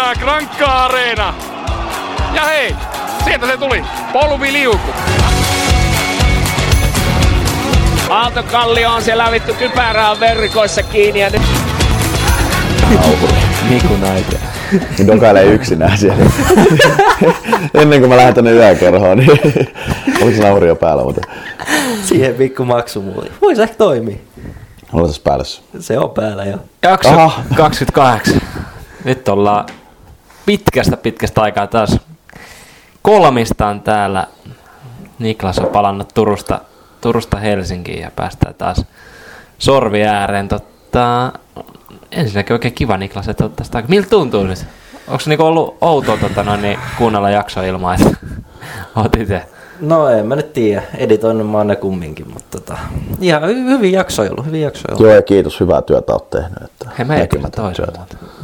täyttää Grankka Areena. Ja hei, sieltä se tuli, polviliuku. Aaltokallio on siellä vittu kypärää verkoissa kiinni ja nyt... Mikun aika. Nyt dokailee yksinään siellä. Ennen kuin mä lähden tänne yökerhoon, niin oliko nauhuri jo päällä? Mutta... Siihen pikku maksumuuli. Vois ehkä toimii. Olet tässä päällä? Se on päällä jo. Jakso 28. Nyt ollaan pitkästä aikaa taas kolmistaan täällä. Niklas on palannut Turusta Helsinkiin ja päästään taas sorvi ääreen. Ensinnäkin oikein kiva, Niklas, että olet tästä. Miltä tuntuu nyt? Onko se niinku ollut outoa kuunnella jaksoa ilman, että oot itse? No en mä nyt tiedä. Editoinut mä oon ne kumminkin, mutta ihan hyvin jaksoja ollut. Joo, ja kiitos. Hyvää työtä oot tehnyt. Että hei, me ei kyllä toisaalta.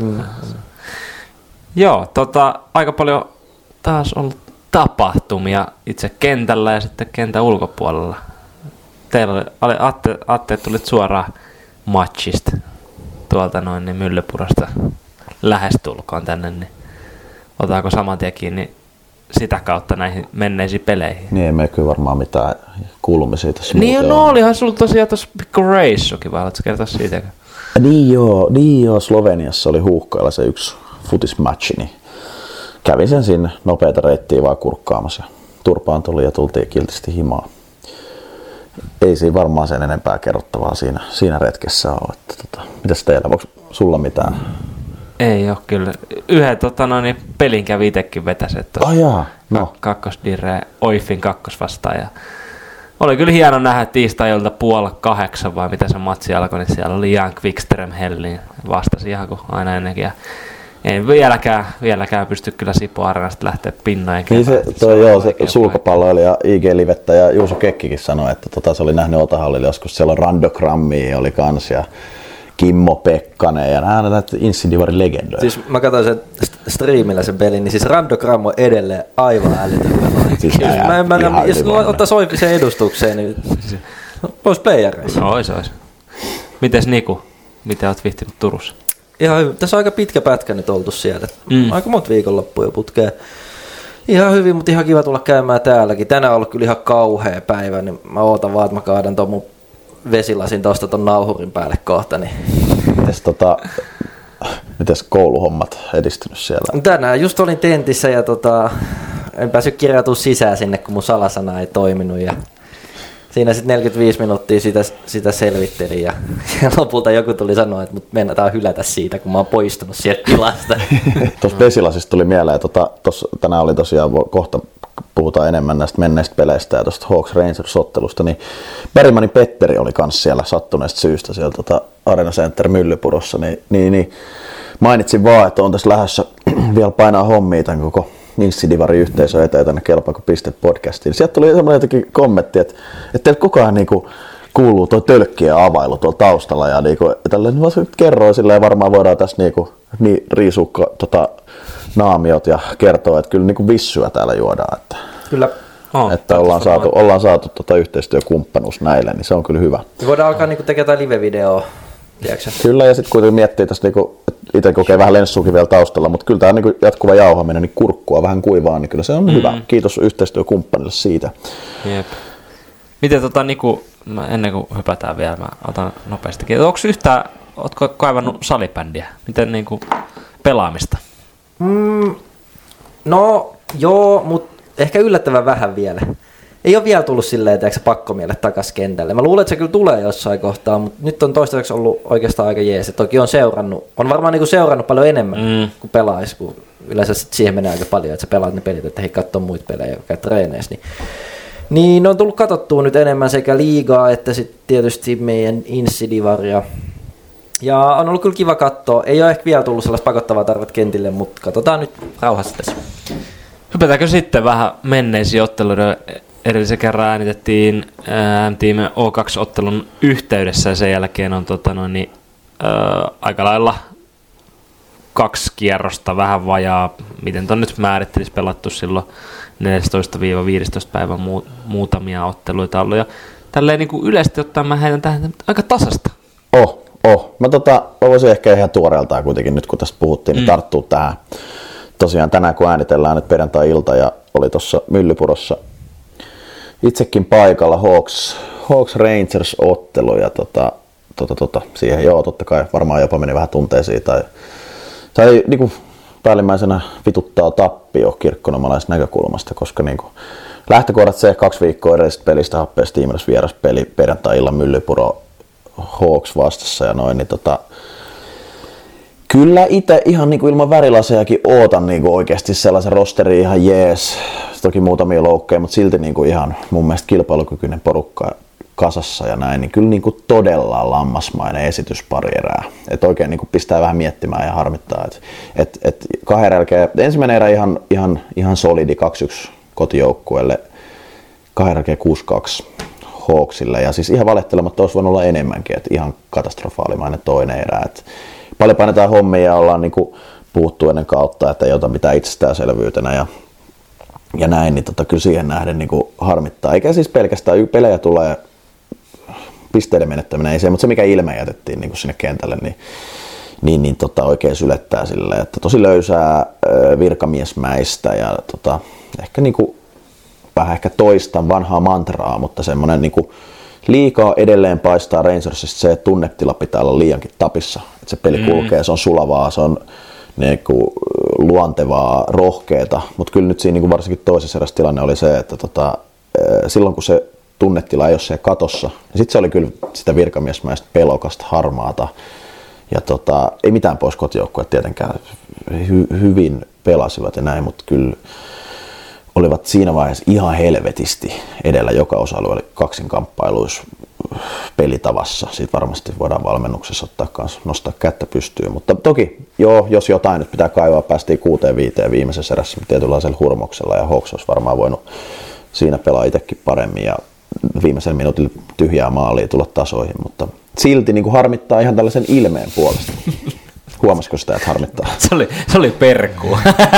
Joo, aika paljon taas ollut tapahtumia itse kentällä ja sitten kentän ulkopuolella. Teillä oli Atte, tulit suoraan matchista tuolta noin niin Myllypurosta lähestulkoon tänne, niin otaako saman tien kiinni sitä kautta näihin menneisiin peleihin? Niin ei me kyllä varmaan mitään kuulumisia tässä niin no olihan sulla tosiaan tuossa pikku reissukin, vai haluatko kertoa siitä? Niin joo, Sloveniassa oli Huuhkajalla se yksi futismatchi, niin kävin sen sinne nopeata reittiä vaan kurkkaamassa. Turpaan tuli ja tultiin kiltisti himaan. Ei siinä varmaan sen enempää kerrottavaa siinä retkessä ole. Mitäs teillä? Onko sulla mitään? Ei ole kyllä. Yhden pelin kävi itsekin vetäset. No. Kakkosdireen Oifin kakkosvastaan. Ja oli kyllä hieno nähdä tiistai-ilta 7:30 vai mitä se matsi alkoi, niin siellä oli Jan Quickström Helliin. Vastasi ihan kuin aina ennenkin. Ja ei vieläkään pysty kyllä Sipo Areenasta lähteä pinnojen niin se sulkapalloilija IG-livettä ja Juuso Kekkikin sanoi, että se oli nähnyt Otahallilla joskus, siellä on Randogrammia oli kans ja Kimmo Pekkanen ja nämä näitä Insidivarin legendoja. Siis mä katsoin sen striimillä sen pelin, niin siis Randogram on edelleen aivan älytön pelaaja. Siis jos ottaisi sen edustukseen, niin olisi playereissa. Ois. Mites Niku? Miten oot viihtynyt Turussa? Ihan hyvin. Tässä on aika pitkä pätkä nyt oltu siellä. Aika monta viikonloppua jo putkeen. Ihan hyvin, mutta ihan kiva tulla käymään täälläkin. Tänään on ollut kyllä ihan kauhea päivä, niin mä ootan vaan, että mä kaadan ton mun vesilasin tosta ton nauhurin päälle kohta. Niin. Mites kouluhommat edistynyt siellä? Tänään just olin tentissä ja en päässyt kirjautumaan sisään sinne, kun mun salasana ei toiminut. Ja siinä sitten 45 minuuttia sitä selvittelin ja lopulta joku tuli sanoa, että mut meinataan hylätä siitä, kun mä oon poistunut sieltä tilasta. Tuossa vesilasista tuli mieleen, tänään oli tosiaan, kohta puhutaan enemmän näistä menneistä peleistä ja tuosta Hawks Rangers-ottelusta, niin Bergmanin Petteri oli kans siellä sattuneesta syystä siellä Arena Center Myllypurossa, niin mainitsin vaan, että on tässä lähdössä vielä painaa hommia tämän koko Insidivarin yhteisö eteen tänne Kelpaako Pistet podcastiin. Sieltä tuli semmoinen jotenkin kommentti, että teillä koko ajan niinku kuuluu tuo tölkkien availu tuolla taustalla ja niinku, tälleen kerroin silleen varmaan voidaan tässä niin riisua naamiot ja kertoa, että kyllä niinku vissyä täällä juodaan. Että, kyllä. Että ollaan saatu yhteistyökumppanuus näille, niin se on kyllä hyvä. Me voidaan alkaa niinku tekemään jotain live-videoa. Tiedätkö? Kyllä, ja sitten kuitenkin miettii tässä, itse kokee vähän lenssuukin vielä taustalla, mutta kyllä tämä jatkuva jauhaminen, niin kurkkua vähän kuivaa, niin kyllä se on hyvä. Kiitos yhteistyökumppanille siitä. Jep. Miten Niku, ennen kuin hypätään vielä, mä otan nopeasti. Ootko kaivannut salibändiä? Miten niinku pelaamista? No joo, mutta ehkä yllättävän vähän vielä. Ei ole vielä tullut silleen, että pakkomielle takaisin kentälle. Mä luulen, että se kyllä tulee jossain kohtaa, mutta nyt on toistaiseksi ollut oikeastaan aika jees. Toki on varmaan niinku seurannut paljon enemmän kuin pelaisi, kun yleensä siihen menee aika paljon, että sä pelaat ne pelit, että hei katsoo muita pelejä, käy treeneissä. Niin on tullut katsottua nyt enemmän sekä liigaa että sitten tietysti meidän Insidivaria. Ja on ollut kyllä kiva katsoa. Ei ole ehkä vielä tullut sellaista pakottavaa tarvetta kentille, mutta katsotaan nyt rauhassa tässä. Hypätäänkö sitten vähän menneisiin otteluiden? Edellisen kerran äänitettiin Team O2-ottelun yhteydessä ja sen jälkeen on aika lailla 2 kierrosta vähän vajaa, miten ton nyt määrittelisi, pelattu silloin 14-15 päivän muutamia otteluita ollut. Ja tälleen niin kuin yleisesti ottaen mä heitän tähän aika tasasta. Mä voisin ehkä ihan tuoreeltaan kuitenkin nyt kun tästä puhuttiin, niin tarttuu tähän. Tosiaan tänään kun äänitellään nyt perjantai-ilta ja oli tuossa Myllypurossa itsekin paikalla Hawks Rangers ottelu ja siihen totta kai varmaan jopa meni vähän tunteisiin tai niinku päällimmäisenä vituttaa tappio kirkkonomalaisesta näkökulmasta, koska niinku lähtökohdat se 2 viikkoa edellisestä pelistä happeessa Steamers vieraspeli perjantai-illan Myllypuro Hawks vastassa ja noin, niin kyllä itse ihan niinku ilman värilasejakin ootan niinku oikeasti sellaisen rosterin ihan jees, toki muutamia loukkeja, mutta silti niinku ihan mun mielestä kilpailukykyinen porukka kasassa ja näin, niin kyllä niinku todella lammasmainen esitys pari erää. Et oikein niinku pistää vähän miettimään ja harmittaa, et 2 erän jälkeen, ensimmäinen erä ihan solidi 2-1 kotijoukkueelle, 2 erän jälkeen 6-2 Hawksille ja siis ihan valehtelematta olisi voinut olla enemmänkin, että ihan katastrofaalimainen toinen erä. Et paljon painetaan hommia ja ollaan niinku puhuttu ennen kautta, että ei ota mitään itsestäänselvyytenä ja näin, niin kyllä siihen nähden niinku harmittaa. Eikä siis pelkästään pelejä tulee pisteiden menettäminen, ei se, mutta se mikä ilme jätettiin niinku sinne kentälle, niin oikein sylettää silleen, että tosi löysää virkamiesmäistä ja ehkä niinku vähän ehkä toistan vanhaa mantraa, mutta semmoinen niinku liikaa edelleen paistaa Rangersista se, että tunnetila pitää olla liiankin tapissa, että se peli kulkee, se on sulavaa, se on niinku luontevaa, rohkeeta, mutta kyllä nyt siinä niinku varsinkin toisessa erässä tilanne oli se, että silloin kun se tunnetila ei ole siellä katossa, niin sitten se oli kyllä sitä virkamiesmäistä pelokasta, harmaata ja ei mitään pois kotijoukkueet tietenkään hyvin pelasivat ja näin, mutta kyllä olivat siinä vaiheessa ihan helvetisti edellä joka osa-alueella kaksinkamppailuissa pelitavassa. Siitä varmasti voidaan valmennuksessa nostaa kättä pystyyn. Mutta toki, jos jotain nyt pitää kaivaa, päästiin 6-5 viimeisessä erässä tietynlaisella hurmoksella ja Hawks olisi varmaan voinut siinä pelaa itsekin paremmin ja viimeisen minuutilla tyhjää maalia tulla tasoihin, mutta silti niin kuin harmittaa ihan tällaisen ilmeen puolesta. Huomasiko sitä, että harmittaa? Se oli perkkuu.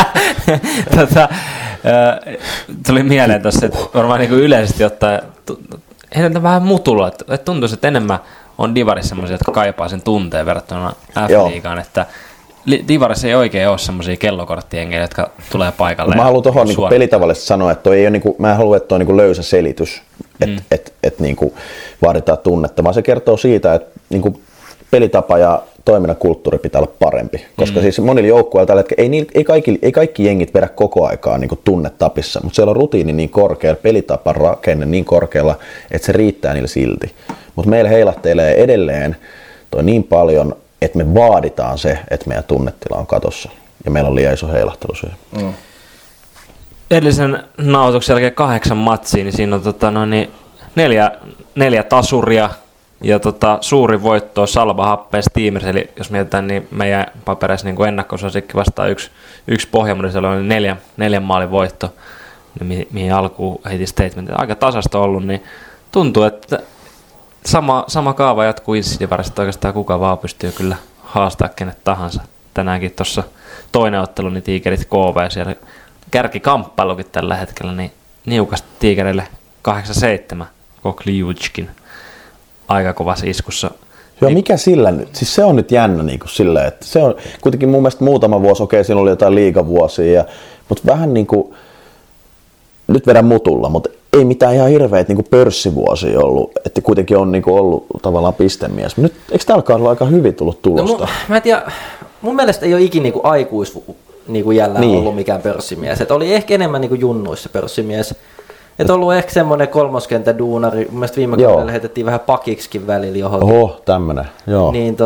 Tuli mieleen tuossa, että varmaan niin kuin yleisesti ottaen heidän vähän mutulla, että tuntuisi, että enemmän on divarissa semmoisia, jotka kaipaa sen tunteen verrattuna F-liigaan, että divarissa ei oikein ole semmoisia kellokorttijengejä, jotka tulee paikalle. Mä haluan tuohon niin pelitavallisesti sanoa, että toi ei ole, niin kuin, mä en halua, että toi on niin löysä selitys, että niin kuin vaaditaan tunnetta, vaan se kertoo siitä, että niin kuin pelitapa ja toiminnan kulttuuri pitää olla parempi, koska siis monilla joukkueilla tällä hetkellä ei kaikki jengit vedä koko aikaa niin kuin tunnetapissa, mutta siellä on rutiini niin korkealla, pelitapan rakenne niin korkealla, että se riittää niille silti. Mutta meillä heilahtelee edelleen toi niin paljon, että me vaaditaan se, että meidän tunnetila on katossa ja meillä on liian iso heilahtelu siihen. Edellisen nauhoituksen jälkeen 8 matsia, niin siinä on neljä tasuria ja suuri voitto Salva Happeen Steamers, eli jos mietitään, niin meidän papereissa niin ennakkosuosikki vastaa yksi Pohjanmaalla, siellä on 4 maalin voitto, mihin alkuun heitin statementin. Aika tasasta ollut, niin tuntuu, että sama kaava jatkuu Insidivarista, oikeastaan kuka vaan pystyy kyllä haastaa kenet tahansa. Tänäänkin tuossa toinen ottelu, niin Tigerit KV siellä kärkikamppailukin tällä hetkellä, niin niukasti Tigereille 8-7 Kokliutskin aika kovassa iskussa. Joo, mikä sillä nyt? Siis se on nyt jännä niin kuin silleen, että se on kuitenkin mun mielestä muutama vuosi, okei, siinä oli jotain liigavuosia, mutta vähän niin kuin, nyt vedän mutulla, mutta ei mitään ihan hirveitä niin kuin pörssivuosia ollut, että kuitenkin on niin kuin ollut tavallaan pistemies. Nyt, eikö tällä kaudella aika hyvin tullut tulosta? No, mä en tiedä, mun mielestä ei ole ikinä niin aikuisjällä ollut mikään pörssimies. Et oli ehkä enemmän niin kuin junnuissa pörssimies. Että ollut ehkä semmoinen kolmoskenttä duunari. Mun mielestä viime kaudella lähetettiin vähän pakiksikin välillä johonkin. Oho, tämmönen, joo. Niin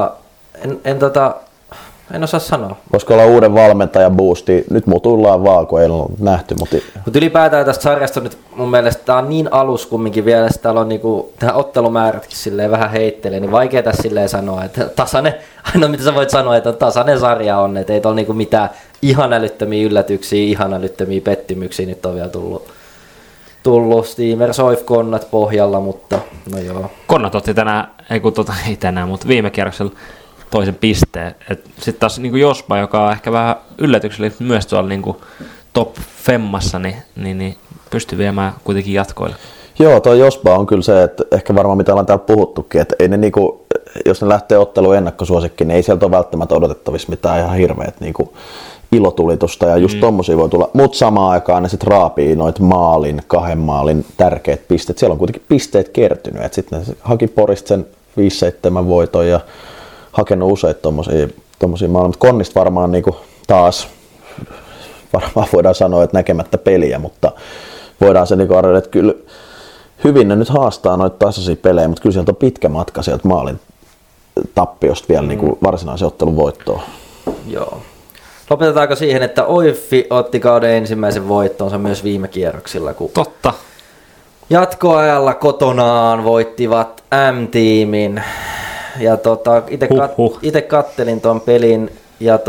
en osaa sanoa. Voisiko olla uuden valmentajan boosti? Nyt mutuillaan vaan, kun ei ole nähty. Mutta ylipäätään tästä sarjasta nyt mun mielestä tää on niin alus kumminkin vielä, että täällä on niinku, tähän ottelumäärätkin silleen vähän heittelee, niin vaikea tässä silleen sanoa, että tasainen, ainoa mitä sä voit sanoa, että tasainen sarja on, että ei ole niinku mitään ihan älyttömiä yllätyksiä, ihan älyttömiä pettymyksiä nyt on vielä tullut Steamers Oif Konnat pohjalla, mutta no joo. Konnat otti tänään, mutta viime kierroksella toisen pisteen. Sitten taas niin Jospa, joka on ehkä vähän yllätyksellisesti myös tuolla niin top femmassa, niin pystyy viemään kuitenkin jatkoille. Joo, tuo Jospa on kyllä se, että ehkä varmaan mitä ollaan täällä puhuttukin, että ei ne niinku, jos ne lähtee otteluun ennakkosuosikkiin, niin ei sieltä ole välttämättä odotettavissa mitään ihan hirveät niinku ilotulitusta ja just tommosia voi tulla, mutta samaan aikaan ne sit raapii noit 2 maalin tärkeät pisteet. Siellä on kuitenkin pisteet kertynyt, että sitten ne haki Porista sen 5-7 voiton ja hakenut useita tommosia maaleja, mutta Konnista varmaan niinku taas varmaan voidaan sanoa, että näkemättä peliä, mutta voidaan se niinku arvioida, että kyllä hyvin ne nyt haastaa noita tasaisia pelejä, mutta kyllä sieltä on pitkä matka sieltä maalin tappiosta vielä niinku varsinaisen ottelun voittoon. Joo. Lopetetaanko siihen, että Oiffi otti kauden ensimmäisen voittonsa myös viime kierroksilla, kun Totta. jatkoajalla kotonaan voittivat M-tiimin. Ja itse kattelin ton pelin ja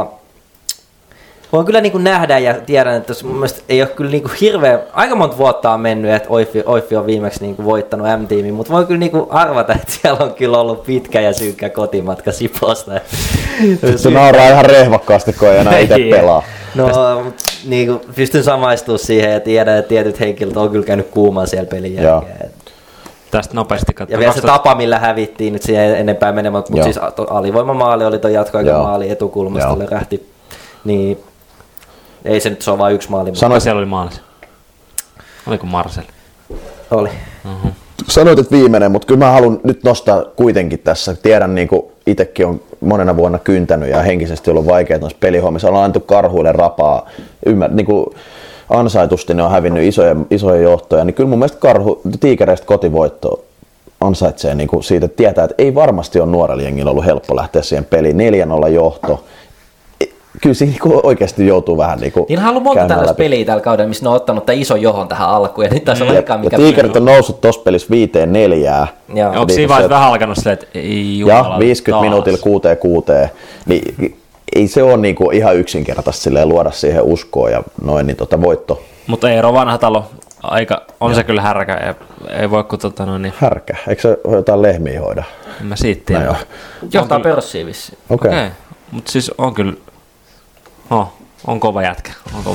voin kyllä niinku nähdä ja tiedän, että mun mielestä ei ole kyllä niinku aika monta vuotta on mennyt, että Oiffi on viimeksi niinku voittanut M-tiimin, mutta voin kyllä niinku arvata, että siellä on kyllä ollut pitkä ja synkkä kotimatka Siposta. Se nauraa ihan rehvakkaasti, kun ei enää itse pelaa. No, niinku, pystyn samaistumaan siihen ja tiedän, että tietyt henkilöt on kyllä käynyt kuumaan siellä pelin jälkeen. Tästä nopeasti katsotaan. Ja vielä se tapa, millä hävittiin nyt siihen enempää menemään, mutta siis alivoimamaali oli tuon jatkoaikamaali etukulmasta rähti, niin ei se nyt se on vain yksi maali. Sanoit, siellä oli maalissa. Oliko Marcel? Oli. Uh-huh. Sanoit, että viimeinen, mutta kyllä mä haluan nyt nostaa kuitenkin tässä. Tiedän, niin kuin itsekin on monena vuonna kyntänyt ja henkisesti ollut vaikeaa noissa pelihommissa. On annettu Karhuille rapaa. Niin kuin ansaitusti ne on hävinnyt isoja johtoja. Niin kyllä mun mielestä Tiikereistä kotivoitto ansaitsee niin kuin siitä, että tietää, että ei varmasti ole nuorella jengillä ollut helppo lähteä siihen peliin. 4-0 johto. Kyllä siinä oikeasti joutuu vähän niin kuin niillä on ollut monta tällaista peliä tällä kaudella, missä ne on ottanut tämän ison johon tähän alkuun. Ja nyt taas on aikaa, mikä... Tiikerit on noussut tuossa pelissä 5-4. Onko siinä vaiheessa vähän alkanut silleen, että ei jumala, ja 50 minuutilla 6-6. Niin ei se ole niinku ihan yksinkertaisesti luoda siihen uskoa ja noin niin voitto. Mutta Eero Vanhatalo, on se kyllä härkä, ei voi kun niin... Härkä? Eikö se jotain lehmiä hoida? En mä siitä tiedä. No, johtaa pörssiä vissiin. Okei. Mutta siis on kyllä... on kova jätkä.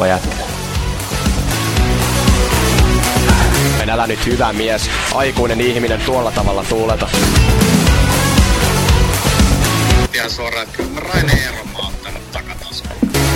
Älä nyt hyvä mies, aikuinen ihminen tuolla tavalla tuuleta. Ihan suoraan, että kyllä Raine Eero mä oon ottanut takataskuun.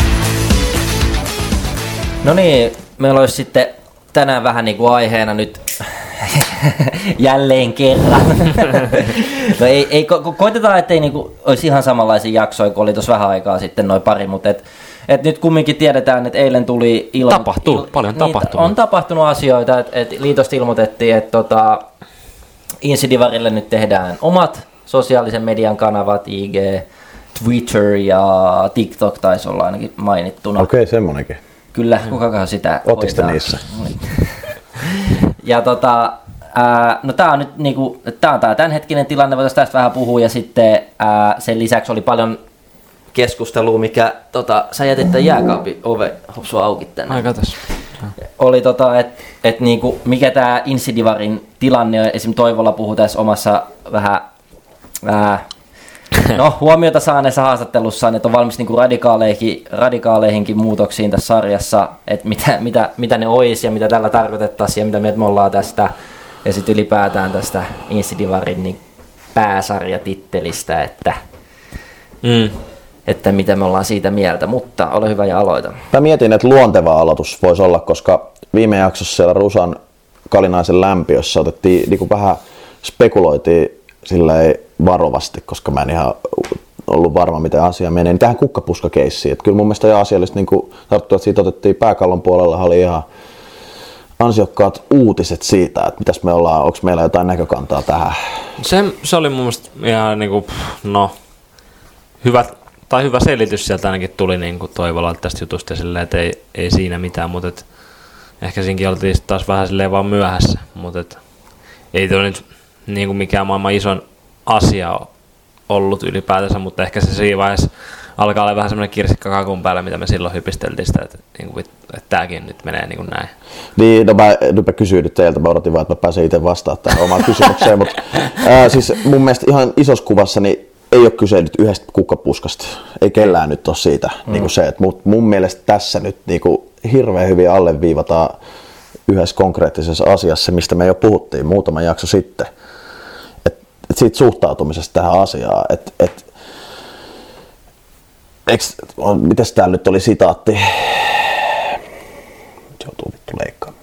No niin, meillä olisi sitten tänään vähän niin kuin aiheena nyt jälleen kerran. No koitetaan, ettei niinku olisi ihan samanlaisia jaksoja kuin oli tuossa vähän aikaa sitten noin pari, mutta et nyt kumminkin tiedetään, että eilen tuli paljon tapahtunut. On tapahtunut asioita, että liitosta ilmoitettiin, että Insidivarille nyt tehdään omat sosiaalisen median kanavat, IG, Twitter ja TikTok taisi olla ainakin mainittuna. Okei, semmonenkin. Kyllä, kukakaan sitä ootteko te niissä? Ja no tää on nyt niinku, tää on tää tämänhetkinen tilanne, voitaisiin tästä vähän puhua ja sitten sen lisäksi oli paljon keskustelua, mikä sä jätit tämän jääkaapin hopsua auki tänne. Ai katos. Oli että niinku, mikä tää Insidivarin tilanne on, esim. Toivolla puhui tässä omassa vähän huomiota saaneessa haastattelussaan, että on valmis niinku radikaaleihinkin muutoksiin tässä sarjassa, että mitä ne olisi ja mitä tällä tarkoitettaisiin ja mitä mieltä me ollaan tästä ja sitten ylipäätään tästä Insidivarin niin pääsarjatittelistä, että mitä me ollaan siitä mieltä, mutta ole hyvä ja aloita. Mä mietin, että luonteva aloitus voisi olla, koska viime jaksossa siellä Rusan Kalinaisen lämpiössä otettiin niin kuin vähän spekuloitiin silleen varovasti, koska mä en ihan ollut varma, miten asia menee. Niin tähän kukkapuskakeissiin. Että kyllä mun mielestä ihan asiallisesti niin tarttuu, että siitä otettiin pääkallon puolella, oli ihan ansiokkaat uutiset siitä, että mitäs me ollaan, onko meillä jotain näkökantaa tähän. Se oli mun mielestä ihan niinku, hyvä selitys sieltä ainakin tuli niinku Toivolla tästä jutusta silleen, että ei siinä mitään, mutta ehkä siinkin oltiin taas vähän silleen vaan myöhässä, mutta ei tuo nyt niinku mikään maailman ison asia ollut ylipäätänsä, mutta ehkä se siinä vaiheessa alkaa olla vähän semmoinen kirsikka kakun päällä, mitä me silloin hypisteltiin sitä, että tämäkin nyt menee niin kuin näin. Niin, no mä kysyin nyt teiltä, mä odotin vaan, että mä pääsen itse vastaamaan tähän omaan kysymykseen, mutta siis mun mielestä ihan isossa kuvassa niin ei ole kyse nyt yhdestä kukkapuskasta, ei kellään nyt ole siitä niin kuin se, että mun mielestä tässä nyt niin kuin hirveän hyvin alleviivataan yhdessä konkreettisessa asiassa, mistä me jo puhuttiin muutama jakso sitten. siitä suhtautumisesta tähän asiaan. Mites täällä nyt oli sitaatti? Joutuu vittu leikkaamaan.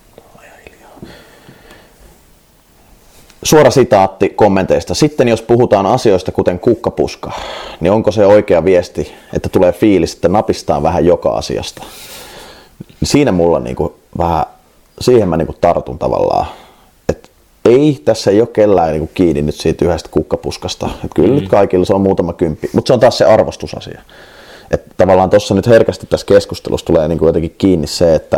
Suora sitaatti kommenteista. Sitten jos puhutaan asioista kuten kukkapuska, niin onko se oikea viesti, että tulee fiilis, että napistaan vähän joka asiasta? Siinä mulla niinku vähän, siihen mä niinku tartun tavallaan. Et ei, tässä ei ole kellään niinku kiinni nyt siitä yhdestä kukkapuskasta. Et kyllä nyt kaikilla se on muutama kymppi, mutta se on taas se arvostusasia. Et tavallaan tuossa nyt herkästi tässä keskustelussa tulee niinku jotenkin kiinni se, että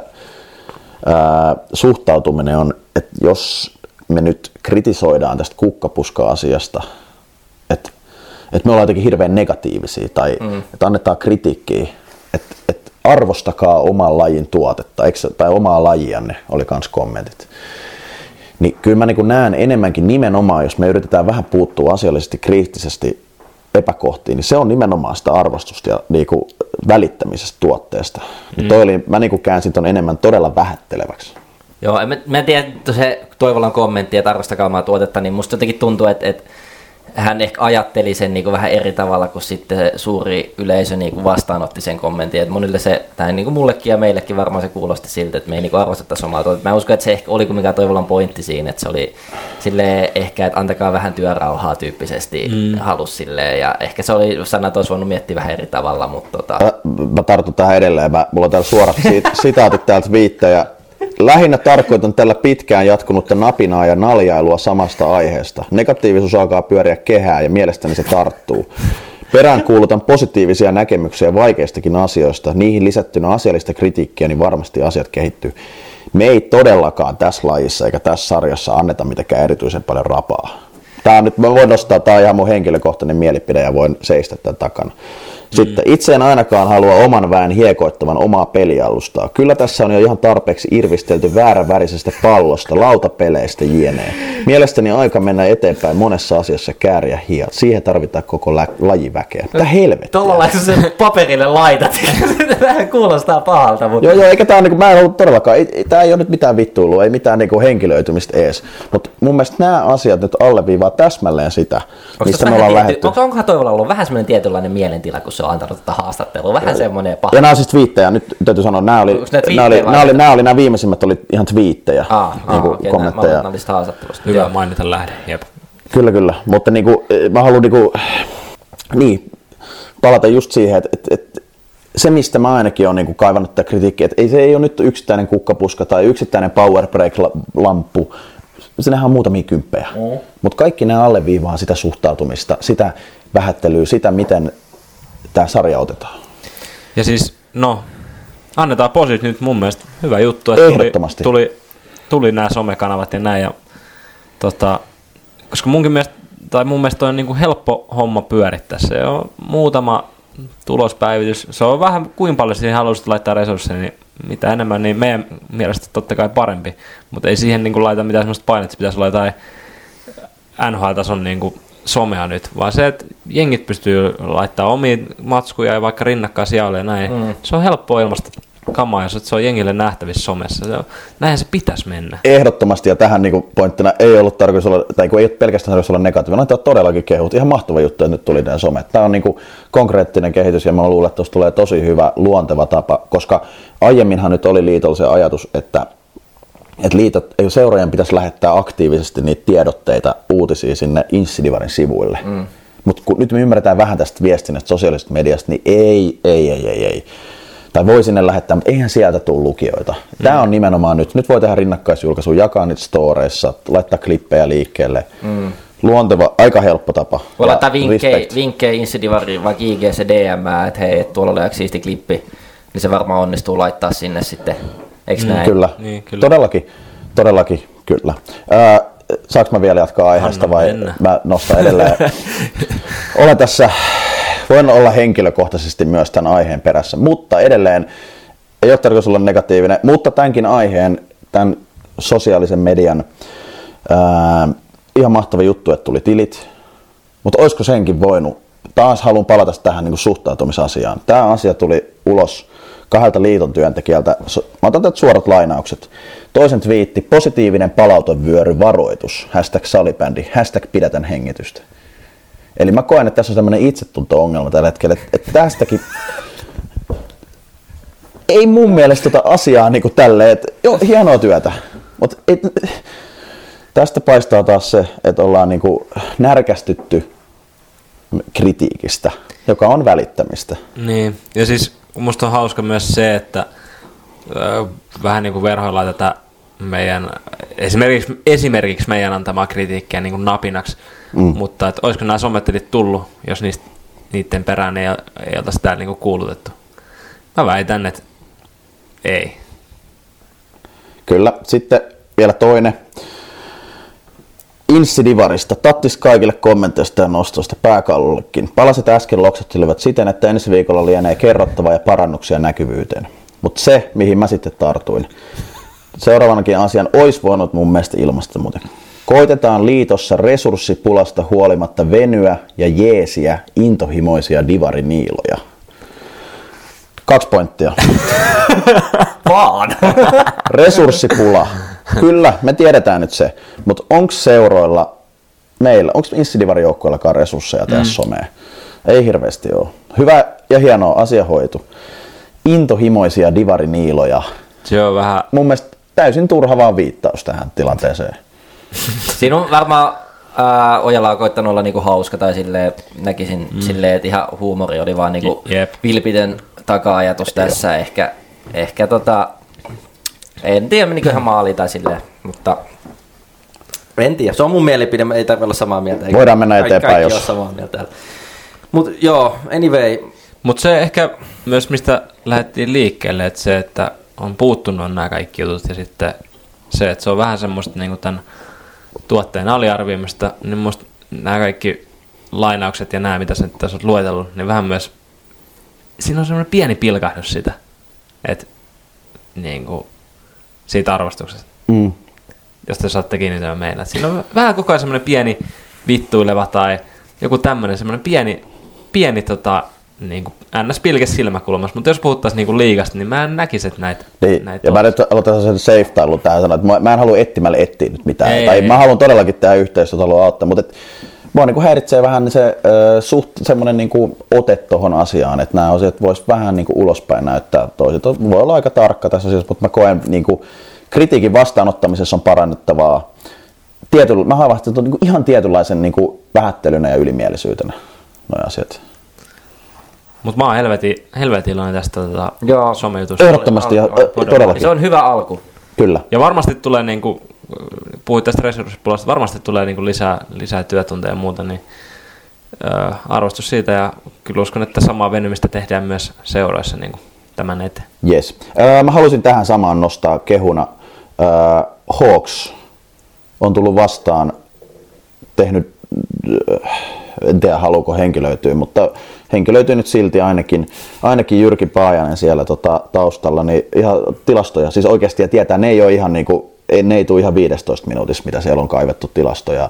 suhtautuminen on, että jos me nyt kritisoidaan tästä kukkapuska-asiasta, että me ollaan jotenkin hirveän negatiivisia tai että annetaan kritiikkiä, että arvostakaa oman lajin tuotetta, tai omaa lajianne, oli kans kommentit. Niin kyllä mä niin näen enemmänkin nimenomaan, jos me yritetään vähän puuttua asiallisesti, kriittisesti epäkohtiin, niin se on nimenomaan sitä arvostusta ja niin kuin välittämisestä tuotteesta. Niin mä niin kuin käänsin ton enemmän todella vähätteleväksi. Joo, mä en tiedä, se Toivolan kommentti, että arvostakaa omaa tuotetta, niin musta jotenkin tuntuu, että hän ehkä ajatteli sen niin kuin vähän eri tavalla kuin sitten suuri yleisö niin kuin vastaanotti sen kommentin. Että monille se, tai niin kuin mullekin ja meillekin varmaan se kuulosti siltä, että me ei niin kuin arvostettaisi omaa tuotetta. Mä uskon, että se ehkä oli kuin mikä Toivolan pointti siinä, että se oli silleen ehkä, että antakaa vähän työrauhaa tyyppisesti halus silleen. Ja ehkä se oli, sanat olisi voinut miettiä vähän eri tavalla, mutta Mä tartun tähän edelleen. Mulla on täällä suorat sitaatit täältä viittejä. Lähinnä tarkoitan tällä pitkään jatkunutta napinaa ja naljailua samasta aiheesta. Negatiivisuus alkaa pyöriä kehää ja mielestäni se tarttuu. Peräänkuulutan positiivisia näkemyksiä vaikeistakin asioista. Niihin lisättynä asiallista kritiikkiä, niin varmasti asiat kehittyy. Me ei todellakaan tässä lajissa eikä tässä sarjassa anneta mitenkään erityisen paljon rapaa. Tää nyt mä voin nostaa, tää on ihan mun henkilökohtainen mielipide ja voin seistä tämän takana. Sitten itse en ainakaan halua oman väen hiekoittavan omaa pelialustaa. Kyllä tässä on jo ihan tarpeeksi irvistelty vääränvärisestä pallosta, lautapeleistä jne. Mielestäni aika mennä eteenpäin monessa asiassa kääriä hiat. Siihen tarvitaan koko lajiväkeä. Mitä helvettiä? Tuolla laittaa sen paperille laitat. Vähän kuulostaa pahalta. Mutta... Joo, eikä tää niinku, mä en ollut todellakaan, tää ei ole nyt mitään vittuilua, ei mitään niinku henkilöitymistä ees. Mutta mun mielestä nämä asiat nyt alleviivaa täsmälleen sitä, mistä me ollaan lähdetty. Onkohan Toivolla ollut vähän semmoinen tietynlainen mielentila, kun se on antanut tätä haastattelua? Vähän semmoinen paha. Ja nämä on siis twiittejä, nyt täytyy sanoa, nämä viimeisimmät oli ihan twiittejä, kommentteja. Nämä olisit haastattelusta. Hyvä mainita lähde, jep. Kyllä, mutta niinku, mä haluan palata just siihen, että se mistä mä ainakin olen niinku kaivannut tätä kritiikkiä, että se ei ole nyt yksittäinen kukkapuska tai yksittäinen power break-lamppu, sinähän on muutamia kymppejä, mutta kaikki nämä alleviivaa sitä suhtautumista, sitä vähättelyä, sitä miten tämä sarja otetaan. Ja siis, annetaan posit nyt mun mielestä hyvä juttu, että tuli nämä somekanavat ja näin. Ja, koska mun mielestä on niinku helppo homma pyörittää. Se on muutama tulospäivitys. Se on vähän kuin paljon siihen haluaisit laittaa resursseja, niin mitä enemmän, niin meidän mielestä totta kai parempi. Mutta ei siihen niinku laita mitään sellaista painetta, että pitäisi laittaa NHL-tason niinku somea nyt, vaan se, että jengit pystyy laittamaan omia matskuja ja vaikka rinnakkain sijalle ja näin. Se on helppoa ilmasta kamaa, jos se on jengille nähtävissä somessa. Näinhän se pitäisi mennä. Ehdottomasti, ja tähän niinku pointtina ei ollut tarkoitus olla, tai ei ole pelkästään tarkoitus olla negatiivinen, vaan tämä todellakin kehut. Ihan mahtava juttu, että nyt tuli tämä some. Tämä on niinku konkreettinen kehitys, ja mä luulen, että tuossa tulee tosi hyvä, luonteva tapa, koska aiemminhan nyt oli liitolla se ajatus, että seuraajan pitäisi lähettää aktiivisesti niitä tiedotteita, uutisia sinne Insidivarin sivuille. Mutta kun nyt me ymmärretään vähän tästä viestinnästä, sosiaalisesta mediasta, niin ei. Tai voi sinne lähettää, mutta eihän sieltä tule lukijoita. Tämä on nimenomaan nyt voi tehdä rinnakkaisjulkaisu, jakaa niitä storeissa, laittaa klippejä liikkeelle. Luonteva, aika helppo tapa. Voi laittaa vinkkejä Insidivariin, vaikka IGC DM, että hei, tuolla oli aika siisti klippi, niin se varmaan onnistuu laittaa sinne sitten. Eikö näin? Kyllä. Todellakin kyllä. Saanko mä vielä jatkaa aiheesta vai mä nostan edelleen? Olen tässä, voin olla henkilökohtaisesti myös tämän aiheen perässä, mutta edelleen ei ole tarkoitus olla negatiivinen, mutta tämänkin aiheen, tämän sosiaalisen median, ihan mahtava juttu, että tuli tilit, mutta olisiko senkin voinut, taas haluan palata tähän niin kuin suhtautumisasiaan. Tämä asia tuli ulos 2 liiton työntekijältä. Mä otan tätä suorat lainaukset. Toisen twiitti, positiivinen palautevyöry, varoitus, #salibändi, #pidätän hengitystä. Eli mä koen, että tässä on tämmöinen itsetunto-ongelma tällä hetkellä, että tästäkin ei mun mielestä asiaa niin kuin tälleen, että joo, hienoa työtä, mutta tästä paistaa taas se, että ollaan niin kuin närkästytty kritiikistä, joka on välittämistä. Niin, ja siis musta on hauska myös se, että vähän niin kuin verhoillaan tätä meidän, esimerkiksi meidän antamaa kritiikkiä niin kuin napinaksi, mutta että olisiko nämä sommettelit tullut, jos niiden perään ei oltaisi täällä niin kuin kuulutettu. Mä väitän, että ei. Kyllä, sitten vielä toinen. Inssi Divarista. Tattis kaikille kommenteista ja nostoista pääkallollekin. Palaset äsken loksattelivat siten, että ensi viikolla lienee kerrottavaa ja parannuksia näkyvyyteen. Mutta se, mihin mä sitten tartuin. Seuraavanakin asian olisi voinut mun mielestä ilmasta muuten. Koitetaan liitossa resurssipulasta huolimatta venyä ja jeesiä intohimoisia divariniiloja. 2 pointtia. Vaan! Resurssipula. Kyllä, me tiedetään nyt se. Mutta onko seuroilla, meillä, onko Inssi-divarijoukkoillakaan resursseja tehdä somea? Ei hirveästi ole. Hyvä ja hienoa asia hoitu. Intohimoisia divariniiloja. Se on vähän... Mun mielestä täysin turha vaan viittaus tähän tilanteeseen. Siinä on varmaan Ojala on koittanut olla niinku hauska tai silleen, näkisin silleen, että ihan huumori oli vaan niinku vilpitön taka-ajatus tässä. Ehkä en tiedä menikö ihan maaliin tai silleen, mutta en tiedä. Se on mun mielipide, ei tarvitse olla samaa mieltä. Voidaan mennä eteenpäin, kaikki jos... on samaa mieltä. Mutta joo, anyway. Mutta se ehkä myös, mistä lähdettiin liikkeelle, että se, että on puuttunut nämä kaikki jutut ja sitten se, että se on vähän semmoista niin kuin tämän tuotteen aliarvioimista, niin musta nämä kaikki lainaukset ja nämä, mitä sä nyt tässä olet luetellut, niin vähän myös, siinä on semmoinen pieni pilkahdus sitä, että niin kuin siitä arvostuksesta, jos te saatte kiinnittää meillä. Siinä on vähän koko ajan semmoinen pieni vittuileva tai joku tämmöinen semmoinen pieni niin kuin NS-pilkes silmäkulmassa, mutta jos puhuttaisiin niin kuin liigasta, niin mä en näkisi, että näitä... Ja mä nyt aloitan sen safe-tailun tähän sanoa, että mä en halua etsimällä etsiä nyt mitään. Mä haluan todellakin tehdä yhteistyötä, haluan auttaa, mutta mua niin kuin häiritsee vähän se semmoinen niin kuin ote tohon asiaan, että nämä asiat vois vähän niin kuin ulospäin näyttää toiset. Voi olla aika tarkka tässä asiassa, mutta mä koen niin kuin kritiikin vastaanottamisessa on parannettavaa. Mä havahtin, että on niin kuin ihan tietynlaisen niin kuin vähättelynä ja ylimielisyytenä nuo asiat. Mutta mä oon helvetin iloinen tästä somejutusta. Ehdottomasti ja todellakin. Se on hyvä alku. Kyllä. Ja varmasti tulee, niin kuin, puhuit tästä resurssipulasta, varmasti tulee niin kuin lisää työtunteja ja muuta, niin arvostus siitä. Ja kyllä uskon, että samaa venymistä tehdään myös seuroissa niin kuin tämän eteen. Yes. Mä haluaisin tähän samaan nostaa kehuna. Hawks on tullut vastaan, tehnyt, en tiedä haluuko henkilöityä, mutta henkilöityy nyt silti ainakin Jyrki Paajanen siellä taustalla, niin ihan tilastoja, siis oikeasti ja tietää, ne ei ole ihan niinku, ne ei tule ihan 15 minuutissa, mitä siellä on kaivettu tilastoja,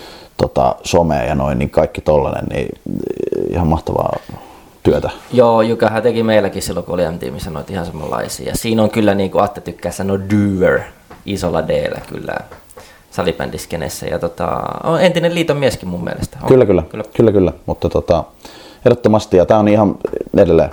somea ja noin, niin kaikki tollanen, niin ihan mahtavaa työtä. Joo, Jukahan teki meilläkin silloin, kun oli M-tiimissä noita ihan samanlaisia. Ja siinä on kyllä, niin kuin Atte tykkää sanoa, doer, isolla D-llä kyllä salibändiskenessä. Ja on entinen liiton mieskin mun mielestä. On. Kyllä. Mutta ehdottomasti, ja tää on ihan edelleen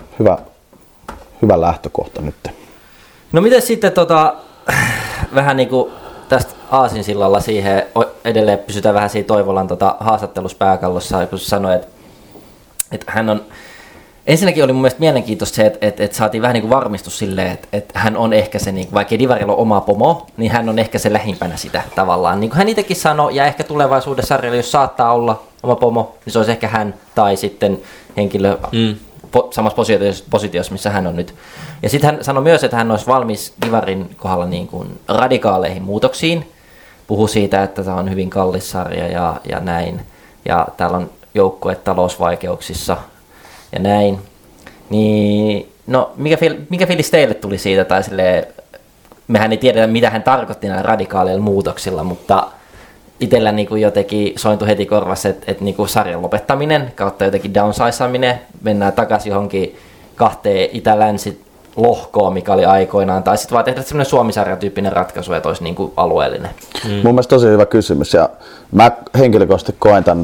hyvä lähtökohta nyt. No miten sitten vähän niin kuin tästä aasinsillalla siihen edelleen pysytään vähän siinä Toivolan haastattelussa pääkallossa, kun sanoi, että hän on. Ensinnäkin oli mun mielestä mielenkiintoista se, että saatiin vähän niin kuin varmistus silleen, että hän on ehkä se, niin vaikka Divarilla on oma pomo, niin hän on ehkä se lähimpänä sitä tavallaan. Niin kuin hän itsekin sanoi, ja ehkä tulevaisuudessa sarjalla, jos saattaa olla oma pomo, niin se olisi ehkä hän tai sitten henkilö samassa positiossa, missä hän on nyt. Ja sitten hän sanoi myös, että hän olisi valmis Divarin kohdalla niin kuin radikaaleihin muutoksiin. Puhui siitä, että tämä on hyvin kallis sarja ja näin. Ja täällä on joukkue talousvaikeuksissa ja näin. Niin, no, mikä fiilis teille tuli siitä? Tai silleen, mehän ei tiedetä, mitä hän tarkoitti näillä radikaaleilla muutoksilla, mutta itsellä niin kuin jotenkin sointui heti korvassa, että niin kuin sarjan lopettaminen kautta jotenkin downsizeaminen, mennään takaisin johonkin 2 itä-länsi lohkoa, mikä oli aikoinaan, tai sitten vaan tehdä semmoinen Suomi-sarjatyyppinen ratkaisu, että olisi niin kuin alueellinen. Mun mielestä tosi hyvä kysymys, ja mä henkilökohtaisesti koen tämän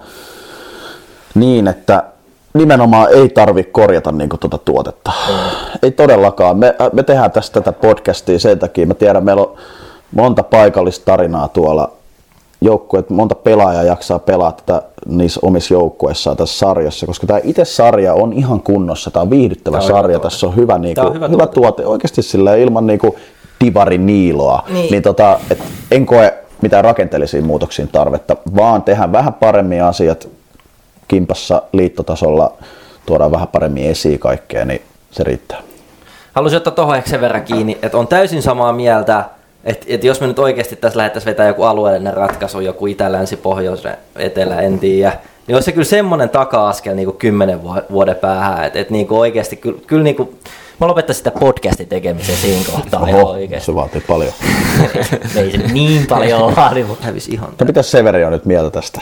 niin, että nimenomaan ei tarvitse korjata niinku tuotetta. Ei todellakaan. Me tehdään tästä tätä podcastia sen takia. Mä tiedän, meillä on monta paikallista tarinaa tuolla joukkueet, monta pelaajaa jaksaa pelaa tätä niissä omissa joukkueissaan tässä sarjassa, koska tämä itse sarja on ihan kunnossa. Tämä on viihdyttävä sarja. Tässä on hyvä, hyvä tuote. Oikeasti silleen ilman niinku divariniiloa. Niin et en koe mitään rakenteellisia muutoksiin tarvetta, vaan tehdään vähän paremmin asiat kimpassa liittotasolla, tuodaan vähän paremmin esiin kaikkea, niin se riittää. Haluaisin ottaa tuohon ehkä sen verran kiinni, että on täysin samaa mieltä, että jos me nyt oikeasti tässä lähdettäisiin vetämään joku alueellinen ratkaisu, joku itä, länsi, pohjois, etelä, en tiedä, niin olisi se kyllä semmoinen taka-askel niin kuin 10 vuoden päähän, että niin kuin oikeasti kyllä niin kuin, mä lopettaisin sitä podcastin tekemisen siinä kohtaa. Oho, se vaatii paljon. Ei se niin paljon vaadi, mutta hävisi ihan. No mitäs Severi on nyt mieltä tästä?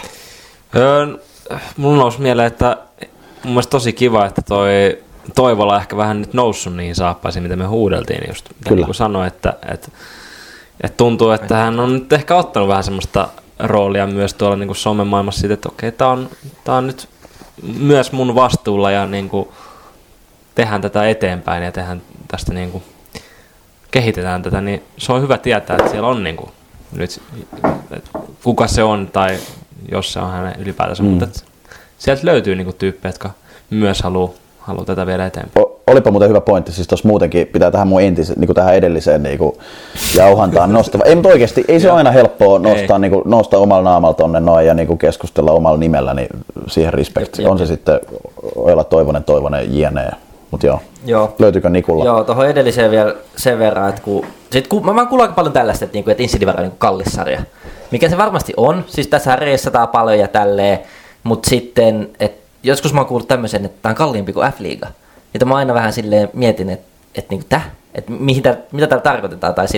Mulla nousi mieleen, että mun mielestä tosi kiva, että toi Toivola ehkä vähän nyt noussut niihin saappaisiin, mitä me huudeltiin just. Niin kuin sanoin, että tuntuu, että hän on nyt ehkä ottanut vähän semmoista roolia myös tuolla niin kuin somemaailmassa siitä, että okei, tää on nyt myös mun vastuulla ja niin kuin tehdään tätä eteenpäin ja tehdään tästä niin kuin kehitetään tätä, niin se on hyvä tietää, että siellä on niin kuin nyt, kuka se on tai jos se on hänen ylipäätänsä, mutta sieltä löytyy niinku tyyppejä, jotka myös haluaa tätä viedä eteenpäin. Olipa muuten hyvä pointti, siis tuossa muutenkin pitää tähän mun niinku tähän edelliseen niinku jauhantaan nostaa. Ei, mutta oikeasti ei se ole aina helppoa nostaa omalla naamalla tonne noin ja niinku keskustella omalla nimellä, niin siihen respect. On se sitten Ojala Toivonen, jne. Mutta joo. Löytyykö Nikulla? Joo, tuohon edelliseen vielä sen verran, että mä kuulen aika paljon tällaista, että Insidivar on kallis sarja. Mikä se varmasti on, siis tässä reissataan paljon ja tälleen, mutta sitten, että joskus mä oon kuullut tämmöisen, että tää on kalliimpi kuin F-liiga. Ja mä aina vähän silleen mietin, että mitä täällä tarkoitetaan, tai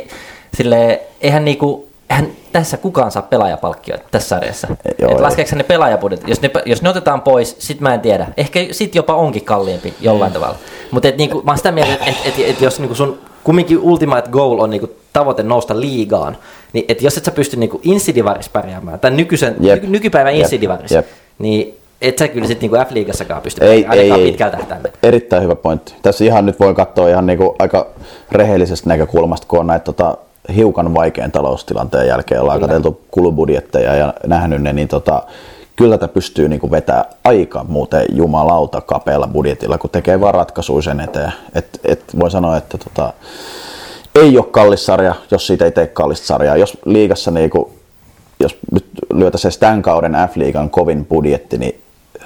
eihän tässä kukaan saa pelaajapalkkioita tässä sarjassa. Että laskeeko ne pelaajapudjetit? Jos ne otetaan pois, sit mä en tiedä. Ehkä sit jopa onkin kalliimpi jollain tavalla. Mutta mä oon sitä mieltä, että jos sun kumminkin ultimate goal on tavoite nousta liigaan, niin että jos et sä pysty Insidivaris pärjäämään, tai nykypäivän Insidivaris, niin et sä kyllä sitten F-liigassakaan pysty ainakaan pitkällä tähtäimellä. Erittäin hyvä pointti. Tässä ihan nyt voi katsoa ihan aika rehellisestä näkökulmasta, kun on näitä hiukan vaikean taloustilanteen jälkeen ollaan katseltu kulubudjetteja ja nähnyt ne, niin kyllä tätä pystyy vetämään aika muuten jumalauta kapealla budjetilla, kun tekee vaan ratkaisuja sen eteen. Voi sanoa, että ei ole kallis sarja, jos siitä ei tee kallista sarjaa. Jos liigassa, jos nyt lyötäisiin tämän kauden F-liigan kovin budjetti, niin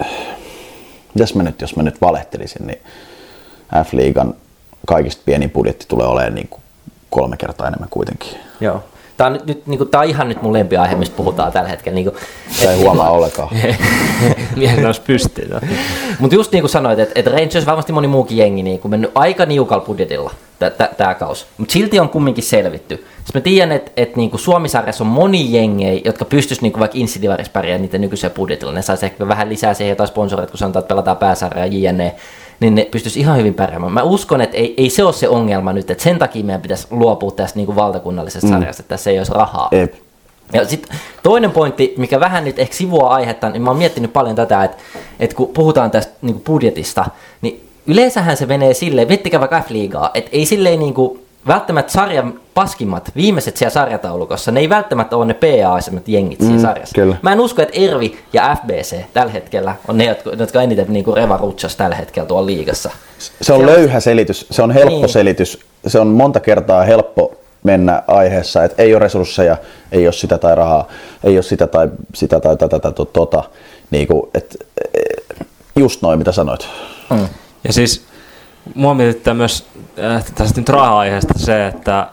jos mä nyt valehtelisin, niin F-liigan kaikista pienin budjetti tulee olemaan 3 kertaa enemmän kuitenkin. Joo. Tämä on ihan nyt mun lempiaihe, mistä puhutaan tällä hetkellä. Se ei huomaa ollenkaan. Miehen olisi pystyy. Mutta just niin kuin sanoit, että Rangers varmasti moni muukin jengi mennyt aika niukalla budjetilla tämä kausi. Mutta silti on kumminkin selvitty. Siis mä tiedän, että Suomi-sarjassa on moni jengejä, jotka pystyisivät vaikka Insidivaris pärjäämään niiden nykyisellä budjetilla. Ne saisi ehkä vähän lisää siihen jotain sponsoreita, kun sanotaan, että pelataan pääsarjaa jne. Niin ne pystyisi ihan hyvin pärjäämään. Mä uskon, että ei se ole se ongelma nyt, että sen takia meidän pitäisi luopua tästä valtakunnallisesta sarjasta, että tässä ei olisi rahaa. Ja sitten toinen pointti, mikä vähän nyt ehkä sivuaa aihetta, niin mä oon miettinyt paljon tätä, että kun puhutaan tästä budjetista, niin yleensähän se menee silleen, vettikää vaikka F-liigaa, että ei silleen välttämättä sarjan paskimmat, viimeiset siellä sarjataulukossa, ne ei välttämättä ole ne PA-aisemmat jengit siinä sarjassa. Kyllä. Mä en usko, että Ervi ja FBC tällä hetkellä on ne, jotka eniten revarutsas tällä hetkellä tuolla liigassa. Se on löyhä selitys, se on helppo selitys, se on monta kertaa helppo mennä aiheessa, että ei ole resursseja, ei ole sitä tai rahaa, ei ole sitä tai tätä. Just noin, mitä sanoit. Ja siis mua mietittää myös tästä nyt raha-aiheesta se, että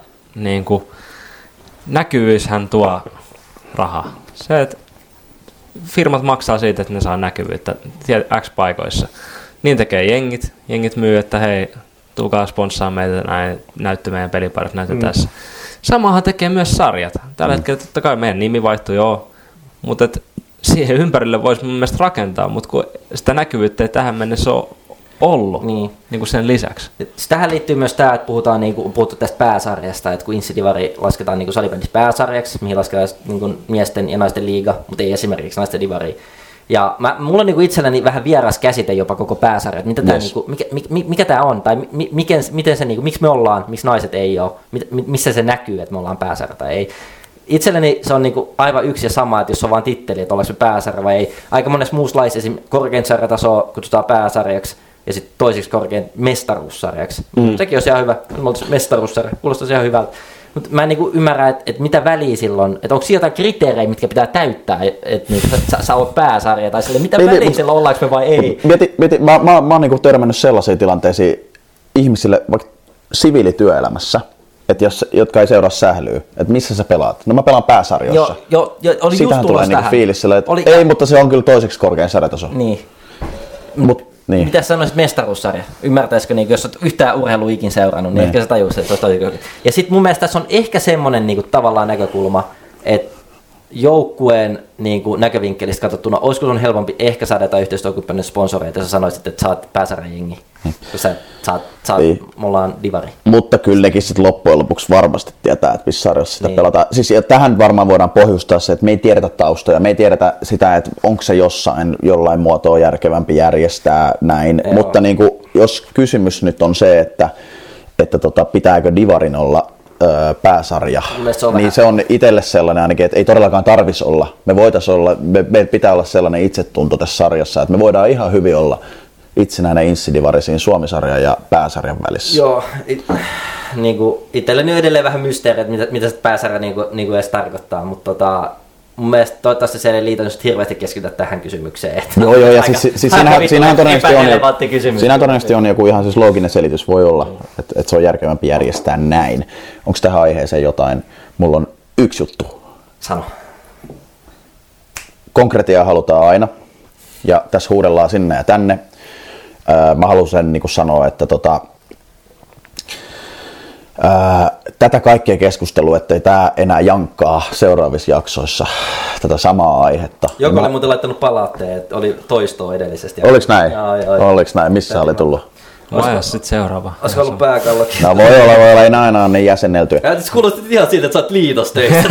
näkyvyyshän tuo rahaa. Se, että firmat maksaa siitä, että ne saa näkyvyyttä X-paikoissa. Niin tekee jengit myy, että hei, tulkaa sponssaa meitä, näyttö meidän pelipaikat, näyttö tässä. Samahan tekee myös sarjat. Tällä hetkellä totta kai meidän nimi vaihtuu mutta siihen ympärille voisi mun mielestä rakentaa, mutta kun sitä näkyvyyttä ei tähän mennessä ole ollut niin kuin sen lisäksi. Tähän liittyy myös tämä, että puhuttu tästä pääsarjasta, että kun Insidivari lasketaan niin salibändissä pääsarjaksi, mihin lasketaan niin miesten ja naisten liiga, mutta ei esimerkiksi naisten divari. Ja mulla on niin itselläni vähän vieras käsite jopa koko pääsarja, että mitä yes. Mikä tämä on, tai miten se, miksi me ollaan, miksi naiset ei ole, missä se näkyy, että me ollaan pääsarja tai ei. Itselleni se on aivan yksi ja sama, että jos on vain titteli, että ollaanko me pääsarja vai ei. Aika monessa muussa laissa esimerkiksi korkein sarjatasoa kutsutaan pääsarjaksi ja sitten toisiksi korkein mestaruussarjaksi. Sekin on ihan hyvä, mestaruussarja, kuulostaa ihan hyvältä. Mutta mä en ymmärrä, että mitä väliä silloin, että onko siinä jotain kriteerejä, mitkä pitää täyttää, että sä oot pääsarja tai sille, mitä väliä sillä ollaanko me vai ei? Mä oon törmännyt sellaisiin tilanteisiin ihmisille vaikka siviilityöelämässä, että jotka ei seuraa sählyä, että missä sä pelaat? No mä pelaan pääsarjoissa. Joo, oli siitähän just tulee tähän. Fiilis sille, että ei, mutta se on kyllä toiseksi korkein sarjataso. Niin. Niin. Mitä sanoisit mestaruussarja? Ymmärtäisikö, jos olet yhtään urheilua ikin seurannut, niin ehkä sä tajuisit, että se olisi. Ja sitten mun mielestä tässä on ehkä semmoinen tavallaan näkökulma, että joukkueen näkövinkkelistä katsottuna, olisiko sun helpompi ehkä saada jotain yhteistyökumppanin sponsoreita, jos sä sanoisit, että sä oot pääsarjajengi, kun sä me ollaan divari. Mutta kyllä nekin sitten loppujen lopuksi varmasti tietää, että missä sarjassa sitä pelataan. Siis, ja tähän varmaan voidaan pohjustaa se, että me ei tiedetä taustoja, me ei tiedetä sitä, että onko se jollain muotoa järkevämpi järjestää näin. Mutta jos kysymys nyt on se, että pitääkö divarin olla pääsarja, niin se on itselle sellainen ainakin, että ei todellakaan tarvitsisi olla. Me pitää olla sellainen itsetunto tässä sarjassa, että me voidaan ihan hyvin olla itsenäinen insidivari siinä Suomi-sarjan ja pääsarjan välissä. Joo, itselleni on edelleen vähän mysteeri, että mitä se pääsarja edes tarkoittaa, mutta mun mielestä toivottavasti se ei liitä hirveästi keskitytä tähän kysymykseen. Joo, ja siinähän todennäköisesti on joku ihan siis looginen selitys, voi olla, että se on järkevämpi järjestää näin. Onko tähän aiheeseen jotain? Mulla on yksi juttu. Sano. Konkretiaa halutaan aina, ja tässä huudellaan sinne ja tänne. Mä haluan sen sanoa, että tätä kaikkea keskustelua, ettei tää enää jankkaa seuraavissa jaksoissa tätä samaa aihetta. Joku oli muuten laittanut palautteen, että oli toistoa edellisesti. Oliks näin? Joo. Oliks näin? Missä oli tullut? Vai sitten seuraava. Olisiko ollut pääkallokin? No voi olla, ei aina ole niin jäsenneltyä. Ja nyt kuulostit ihan siitä, että sä oot liitostöissä.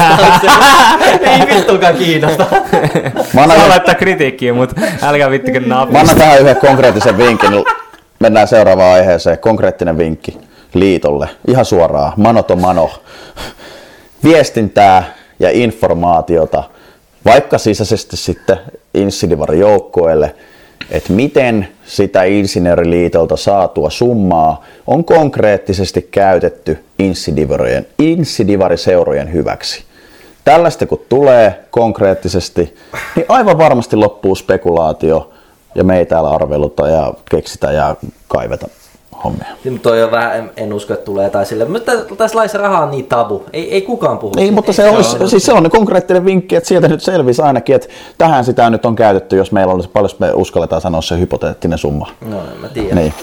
Ei vittukaan kiinnosta. Saa laittaa kritiikkiä, mutta älkää vittikö napista. Mä annan tähän yhden konkreettisen vinkin. Mennään seuraavaan aiheeseen. Konkreettinen vinkki liitolle. Ihan suoraan. Mano to mano. Viestintää ja informaatiota, vaikka sisäisesti sitten Insidivari-joukkueelle, että miten sitä Insinööriliitolta saatua summaa on konkreettisesti käytetty Insidivari-seurojen hyväksi. Tällaista kun tulee konkreettisesti, niin aivan varmasti loppuu spekulaatio ja me ei täällä arveluta ja keksitä ja kaiveta hommia. Toi on vähän, en usko, että tulee tai silleen, mutta tässä laissa raha on niin tabu, ei kukaan puhu. Ei, mutta se on konkreettinen vinkki, että sieltä nyt selvisi ainakin, että tähän sitä nyt on käytetty, jos meillä olisi paljon, me uskalletaan sanoa se hypoteettinen summa. No en mä tiedä. Niin.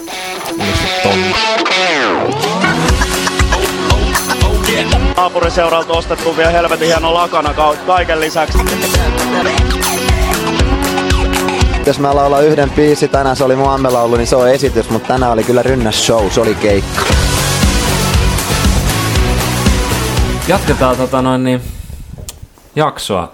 Naapuriseuralta ostettu vielä helvetin hieno lakana kaiken lisäksi. Jos mä laulan yhden biisi, tänään se oli mun ammelaulu, niin se on esitys, mutta tänään oli kyllä rynnäs show, se oli keikka. Jatketaan jaksoa.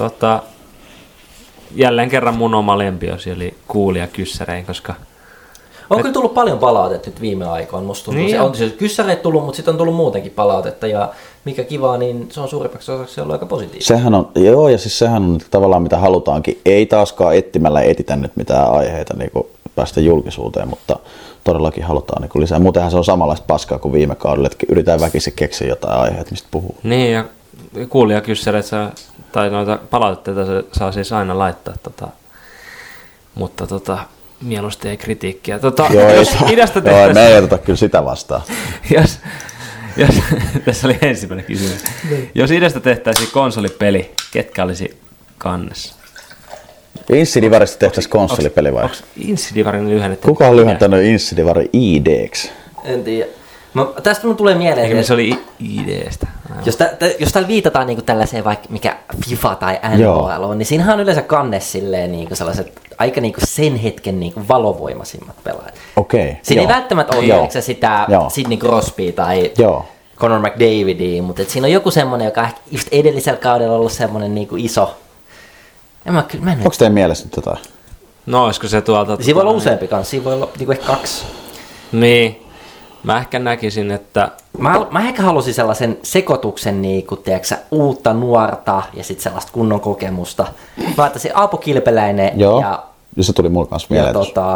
Jälleen kerran mun oma lempiosi oli kuulija kyssärein, koska on kyllä tullut paljon palautetta nyt viime aikoina. Musta tuntuu, niin on siis kyssäreitä tullut, mutta sitten on tullut muutenkin palautetta. Ja mikä kivaa, niin se on suurimmaksi osaksi ollut aika positiivista. Sehän on, ja siis sehän on tavallaan mitä halutaankin. Ei taaskaan etsimällä etitä nyt mitään aiheita niin päästä julkisuuteen, mutta todellakin halutaan niin lisää. Muutenhan se on samanlaista paskaa kuin viime kaudella, että yritetään väkisin keksiä jotain aiheita, mistä puhuu. Niin, ja kuulijakyssäreitä tai noita palautteita saa siis aina laittaa, mutta mieluusti ei kritiikkiä. Jos idästä tehtäisiin... me ei oteta kyllä sitä vastaan. Tässä oli ensimmäinen kysymys. Jos idästä tehtäisiin konsolipeli, ketkä olisi kannessa? Insidivarista tehtäisiin konsolipeli vai? Onko Insidivarin lyhennetty? Kuka on lyhentänyt Insidivari ID:ksi? En tiedä. Tästä mun tulee mieleen, Eikä se oli ideestä. jos täällä viitataan niinku tällaiseen vaikka mikä FIFA tai NHL on, niin siinähän on yleensä kannes silleen niinku sellaiset aika niinku sen hetken niinku valovoimaisimmat pelaajat. Okei. Siinä ei välttämättä ole sitä Sidney Crosby tai Conor McDavidia, mutta siinä on joku semmoinen, joka ehkä just edellisellä kaudella ollut semmoinen niinku iso. Onko teidän mielessä nyt jotain? No olisiko se tuolta... Siinä voi olla useampi kanssa, siinä voi olla niinku ehkä 2. Niin. Mä ehkä näkisin, että... Mä ehkä halusin sellaisen sekoituksen niinku, tiedätkö, uutta nuorta ja sitten sellaista kunnon kokemusta. Mä ajattelin Aapo Kilpeläinen ja se tuli mulle kanssa mieleen.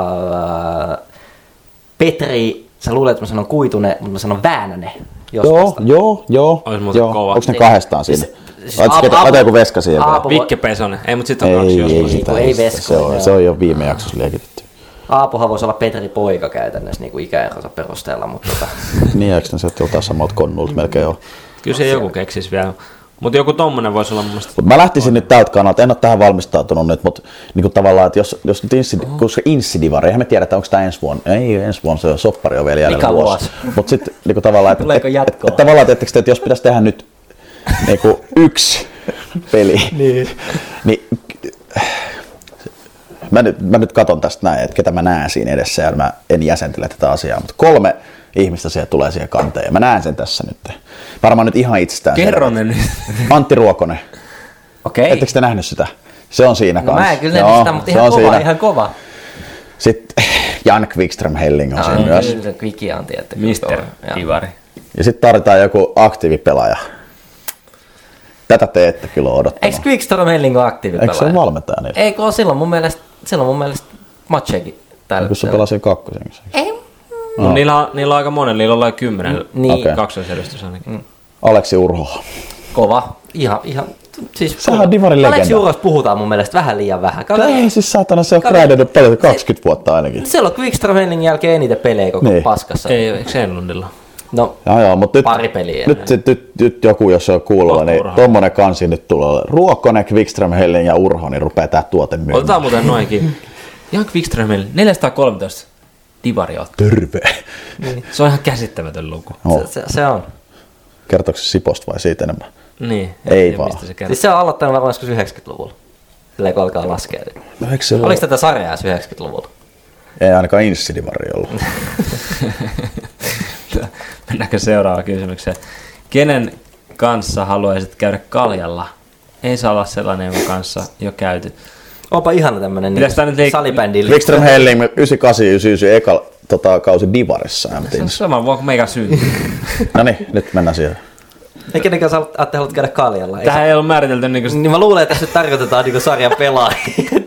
Petri, sä luulet, että mä sanon Kuitunen, mutta mä sanon Väänänen. Joo. Olisi muuten kova. Onko ne kahdestaan siinä? Laita joku veska siihen. Vikke Pesonen. Ei, mutta sitten on 2 joskus. Ei veskoja. Se on jo viime jaksossa liekitetty. Aapohan voisi olla Petri poika käytännössä niin kuin ikäeronsa perusteella, mutta niin, eikö ne sieltä joltain samalta konnulta melkein ole? Kyllä se joku keksisi vielä. Mutta joku tommonen voisi olla mun mielestä... Mä lähtisin nyt tältä kannalta, en ole tähän valmistautunut nyt, mutta niin tavallaan, että jos nyt koska Insidivari, eihän me tiedä, onko tämä ensi vuonna. Ei, ensi vuonna se soppari on vielä jäljellä vuosi. Mutta sitten niin tavallaan, että tavallaan, että jos pitäisi tehdä nyt niin yksi peli, niin mä nyt katon tästä näin, että ketä mä näen siinä edessä, ja mä en jäsentele tätä asiaa, mutta 3 ihmistä siellä tulee siihen kanteen, ja mä näen sen tässä nyt. Varmaan nyt ihan itsestään. Kerro ne nyt. Antti Ruokonen. Okei. Ettekö te nähnyt sitä? Se on siinä kanssa. Mä en kyllä nähnyt sitä, mutta ihan kova. Sitten Jan Wikström Helling on siinä myös. Kvikia on tietty. Mister Divari. Ja sitten tarvitaan joku aktiivipelaaja. Tätä te ette kyllä odottanut. Eikö Quickstone Helling ole aktiivipelaaja? Eikö se ole valmentaja niillä? Eikö ole silloin mun mielestä Matsekin tällä. Kun se pelasi 2. Ei. No. Niillä on aika monen, niillä on like 10 niin. kaksoisedustus ainakin. Aleksi Urho. Kova. Ihan. Siis sehän on Divarin legenda. Aleksi Urhosta puhutaan mun mielestä vähän liian vähän. Ei siis saatana, se on grindannut paljon 20 vuotta ainakin. Siellä on Quickstone Hellingin jälkeen eniten pelejä koko paskassa. Ei, eikö Enlundilla? No, joo, mutta pari peliä. Nyt joku, jos se on kuulolla, niin tommonen kansi nyt tulee. Ruokkonen, Wikström, Helling ja Urho, niin rupeaa tää tuote myymään. Otetaan muuten noinkin. Jan Wikström, 413 Divari ottaa. Terve. Niin. Se on ihan käsittämätön luku. Se on. Kertooko se Siposta vai siitä enemmän? Niin. Ei vaan. Se siis se on aloittanut varmaan joskus 90-luvulla. Silleen kun alkaa laskea. No, oliko tätä sarjaa 90-luvulla? Ei ainakaan Insidivari ollut. Mennäänkö seuraavaan kysymykseen? Kenen kanssa haluaisit käydä kaljalla? Ei saa olla sellainen, jonka kanssa jo käyty. Onpa ihana tämmönen salibändi. Wikström Helling 98-99 eka kausi Divarissa. Se on sama vuonna kuin meikä syntyi. No niin, nyt mennään siihen. Ei kenenkään sä haluat käydä kaljalla. Tähän ei ole määritelty niin mä luulen, että tässä nyt tarkoitetaan niin sarjan pelaajia.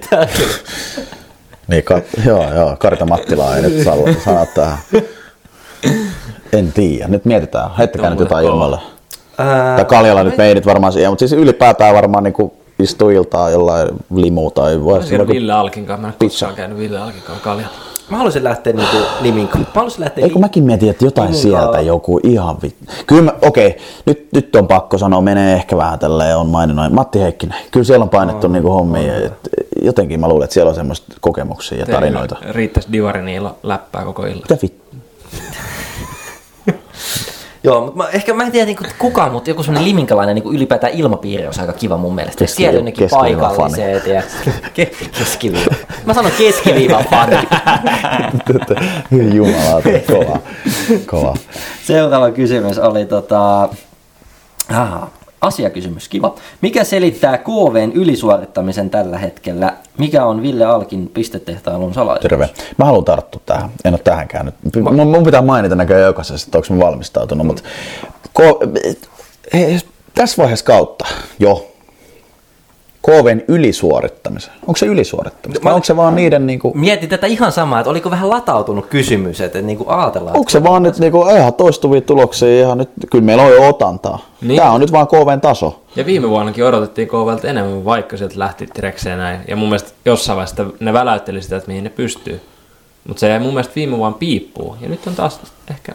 Niin, joo, Karita Mattilaa ei nyt sanoa tähän. En tiedä, nyt mietitään. Heittäkää nyt jotain ilmalle. Tai kaljalla nyt me ei nyt varmaan siihen, mutta siis ylipäätään varmaan niin istuu iltaa jollain limu tai... Ville Alkinkaan, mä en koskaan käynyt Ville Alkinkaan kaljalla. Mä haluaisin lähteä niinku Liminkaan. Eikö mäkin mietin, että jotain sieltä joku ihan Kyllä okei, nyt on pakko sanoa, menee ehkä vähän tälleen, on maininnut. Matti Heikkinen, kyllä siellä on painettu niinku hommia. Jotenkin mä luulen, että siellä on semmoista kokemuksia ja tarinoita. Riittäisi Divari niillä läppää koko illan. Mitä vittu? Joo, mutta mä en tiedä niinku, kukaan, mutta joku semmoinen liminkalainen niinku ylipäätään ilmapiiri on aika kiva mun mielestä. Siellä jonnekin paikalliset ja keskiviiva. Mä sanon keskiviivan fani. Jumala, kova. Seuraava kysymys oli asiakysymys, kiva. Mikä selittää KV:n ylisuorittamisen tällä hetkellä? Mikä on Ville Alkin pistetehtailun salaisuus? Terve. Mä haluan tarttua tähän. En ole tähänkään nyt. Mun pitää mainita näköjään jokaisessa, että onko mä valmistautunut. Mutta tässä vaiheessa kautta jo KV:n ylisuorittamisen. Onko se ylisuorittamista? Vai onko se vaan niiden niinku... Mietin tätä ihan samaa, että oliko vähän latautunut kysymys, että niinku ajatellaan. Onko se vaan nyt niinku ihan toistuvia tuloksia ihan nyt, kyllä meillä on jo otantaa. Niin. Tää on nyt vaan KV:n taso. Ja viime vuonnakin odotettiin KV:ltä enemmän, vaikka sieltä lähti direkseen näin. Ja mun mielestä jossain vaiheessa ne väläytteli sitä, että mihin ne pystyy. Mutta se jäi mun mielestä viime vuonna piippuun. Ja nyt on taas ehkä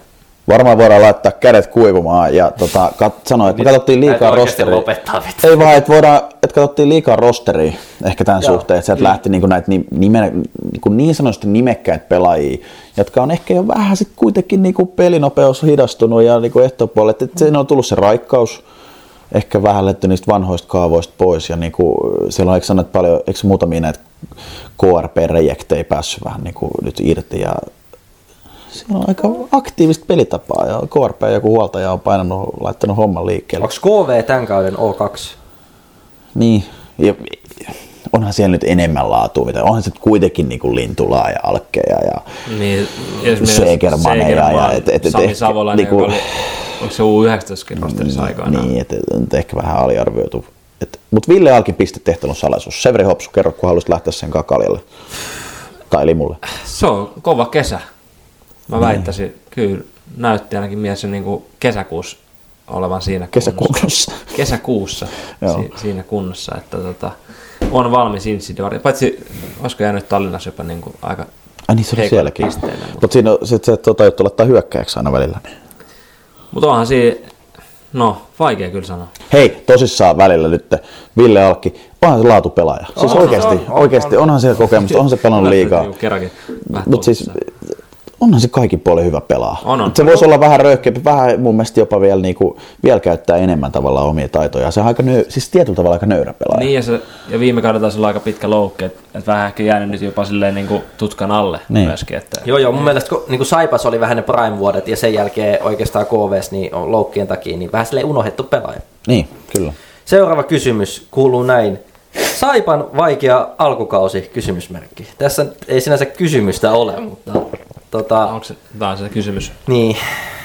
Varmaan voidaan laittaa kädet kuivumaan ja sanoa, että me katsottiin liikaa rosteria. Ei vaan, että katsottiin liikaa rosteria ehkä tämän suhteen, että sieltä lähti niinku näitä niin sanotusti nimekkäitä pelaajia, jotka on ehkä jo vähän sitten kuitenkin niinku pelinopeus hidastunut ja niinku ehtopuolelle, että siinä on tullut se raikkaus, ehkä vähän letty niistä vanhoista kaavoista pois ja niinku, siellä on, eikö sanoa, että paljon, eikö muutamia näitä KRP-rejekteja päässyt vähän niinku nyt irti ja siinä on aika aktiivista pelitapaa ja KRP joku huoltaja on laittanut homman liikkeelle. Onko KV tämän kauden O2? Niin, ja onhan siellä nyt enemmän laatua, mitä onhan se kuitenkin niinku Lintulaa ja Alkkeja ja niin, Segermaneja. Sami Savolainen, niinku, joka oli, onko se U19-rosterissa aikanaan? Niin, että ehkä vähän aliarvioitu. Mutta Ville Alkin pistetehtelun salaisuus. Severi Hopsu, kerro, kun haluaisit lähteä sen kakaljalle. Tai limulle. Se on kova kesä. Mä väittäisin, kyllä näytti ainakin mies niin kuin kesäkuussa olevan siinä kunnossa. Kesäkuussa siinä kunnossa, että on valmis Insidori. Paitsi olisiko jäänyt Tallinnassa jopa niin kuin aika niin se oli sielläkin. Pisteillä. Mutta siinä se juttu laittaa hyökkääksi aina välillä. Niin. Mutta onhan siinä, vaikea kyllä sanoa. Hei, tosissaan välillä nyt Ville Alkki, onhan se laatupelaaja. Siis oikeasti onhan se kokemusta, onhan se pelannut liigaa. Mutta siis onhan se kaikin puolin hyvä pelaa. Se voisi olla vähän röyhkeämpi, vähän mun mielestä jopa vielä käyttää enemmän tavallaan omia taitojaan. Se on aika siis tietyllä tavalla aika nöyrä pelaaja. Niin, ja viime kaudella taisi olla aika pitkä loukki, että vähän ehkä jäänyt nyt jopa silleen niin kuin tutkan alle myöskin. Että Joo, mun mielestä niin Saipas oli vähän ne prime-vuodet ja sen jälkeen oikeastaan KVs niin on loukkien takia niin vähän silleen unohdettu pelaaja. Niin, kyllä. Seuraava kysymys kuuluu näin. Saipan vaikea alkukausi, kysymysmerkki. Tässä ei sinänsä kysymystä ole, mutta onko se taas se kysymys? Niin.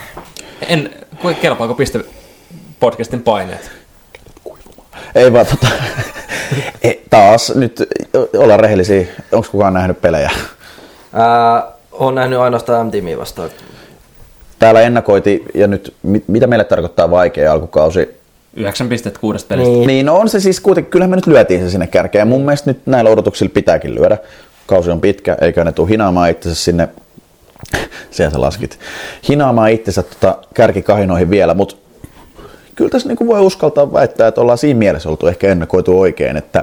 Kelpaako piste podcastin paineet? Ei vaan taas nyt ollaan rehellisiä. Onko kukaan nähnyt pelejä? Olen nähnyt ainoastaan M-tiimiä vastaan. Täällä ennakoitiin, ja nyt mitä meille tarkoittaa vaikea alkukausi? 9 pistettä 6 pelistä. Niin, no on se siis kuitenkin, kyllähän me nyt lyötiin se sinne kärkeen. Ja mun mielestä nyt näillä odotuksilla pitääkin lyödä. Kausi on pitkä, eikä ne tule hinaamaan itsensä sinne, siellä sä laskit, hinaamaan itsensä kärkikahinoihin vielä, mutta kyllä tässä niin voi uskaltaa väittää, että ollaan siinä mielessä oltu ehkä ennakoitu oikein, että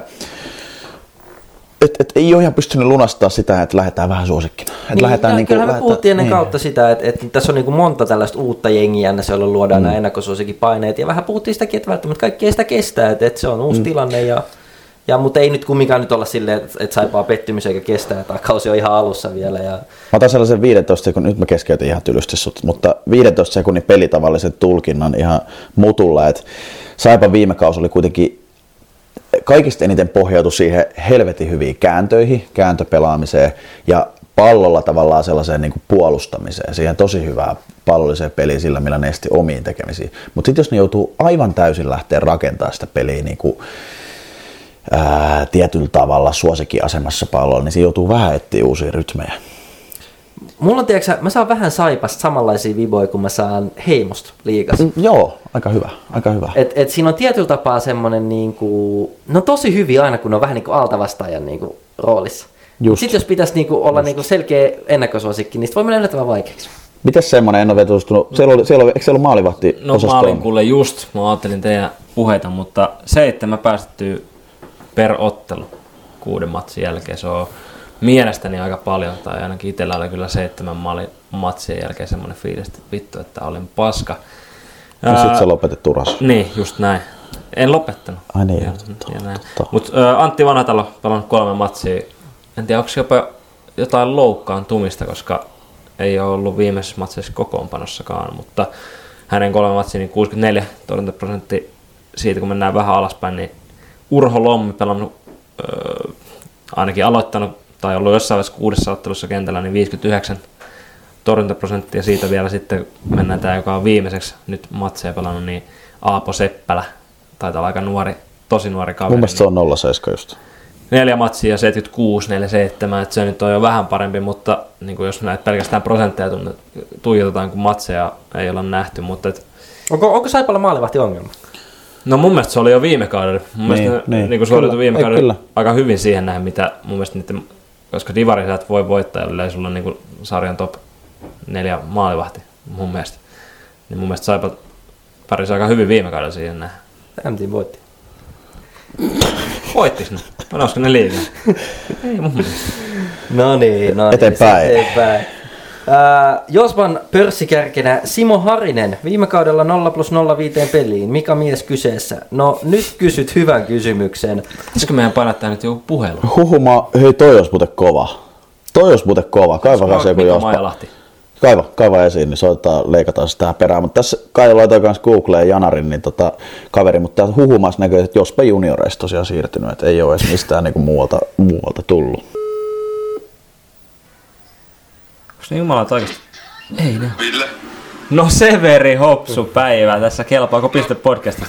ei ole ihan pystynyt lunastaa sitä, että lähdetään vähän suosikkina. Kyllähän me puhuttiin ennen kautta sitä, että tässä on niin kuin monta tällaista uutta jengiä, joilla luodaan nämä ennakkosuosikkipaineet, ja vähän puhuttiin sitäkin, että välttämättä kaikki ei sitä kestää, että se on uusi tilanne, mutta ei nyt kumminkaan nyt olla silleen, että Saipaa pettymys eikä kestää, että kausi on ihan alussa vielä. Mä otan sellaisen 15 sekunnin, nyt mä keskeytin ihan tylysti sut, mutta 15 sekunnin pelitavallisen tulkinnan ihan mutulla, että Saipan viime kausi oli kuitenkin kaikista eniten pohjautu siihen helvetin hyviin kääntöihin, kääntöpelaamiseen ja pallolla tavallaan sellaiseen niin kuin puolustamiseen, siihen tosi hyvää pallolliseen peliin sillä, millä ne esti omiin tekemisiin. Mutta sitten jos ne joutuu aivan täysin lähteä rakentamaan sitä peliä niin kuin tietyllä tavalla suosikkiasemassa pallolla, niin se joutuu vähän etsiä uusia rytmejä. Mulla on, tiedätkö, mä saan vähän Saipasta samanlaisia viboja, kun mä saan Heimosta liigassa. Joo, aika hyvä. Et siinä on tietyllä tapaa semmonen niinku, no tosi hyvin aina, kun on vähän niinku altavastaajan niinku roolissa. Sitten jos pitäisi niinku olla niinku selkeä ennakkosuosikki, niin sit voi mennä yllättävän vaikeaksi. Mitäs semmonen, en ole vetustunut, eikö siellä ollut maalivahti osastoon? No mä olin kuule just, mä ajattelin teidän puheita, mutta 7 päästettyä per ottelu 6 matsin jälkeen, se on mielestäni aika paljon, tai ainakin itsellä oli kyllä 7 matsien jälkeen semmoinen fiilis, että vittu, että olin paska. No sit sä lopetit uras. Niin, just näin. En lopettanut. Ai niin, mutta Antti Vanhatalo pelannut 3 matsia. En tiedä, onko jopa jotain loukkaantumista, koska ei ole ollut viimeisessä matsissa kokoonpanossakaan, mutta hänen 3 matsia niin 64 torjuntaprosenttia siitä, kun mennään vähän alaspäin, niin Urho Lommi pelannut, ainakin aloittanut tai ollut jossain vaiheessa 6 ottelussa kentällä, niin 59 torjuntaprosenttia, siitä vielä sitten mennään tämä, joka on viimeiseksi nyt matseja pelannut, niin Aapo Seppälä, taitaa olla aika nuori, tosi nuori kaveri. Mun mielestä se on 0,7 just. 4 matsia, 76, 47, että se nyt on jo vähän parempi, mutta niin kuin jos näitä pelkästään prosentteja tuijotetaan, kun matseja ei olla nähty. Mutta onko Saipalla maalivahti ongelma? No mun mielestä se oli jo viime kaudella. Mun mielestä niin suoriutui viime kaudella aika hyvin siihen nähden, mitä mun mielestä niiden, koska divari sä et voi voittaa, ellei sulla on niin sarjan top 4 maalivahti mun mielestä. Niin mun mielestä Saipa pärjäsi aika hyvin viime kaudella siihen näin. MT voitti. Voittis ne? Panosko ne liigaa? Ei mun mielestä. No niin. Eteenpäin. Josvan pörssikärkenä Simo Harinen. Viime kaudella 0+0 peliin. Mikä mies kyseessä? No nyt kysyt hyvän kysymyksen. Pitäisikö meidän painattaa nyt joku puhelu? Huhuma, hei toi olisi muuten kova. Kaivakaa se joku Jospa. Kaiva esiin, niin leikataan se tähän perään. Mutta tässä Kai laitoin kanssa Googleen Janarin niin kaveri, mutta täällä huhumaassa näkyy, että Jospa junioreista tosiaan siirtynyt, että ei ole edes mistään niinku muualta tullut. Onko ne jumalat oikeasti? Ei ne. Ville? No Severi Hopsu päivä tässä kelpaako piste podcastista?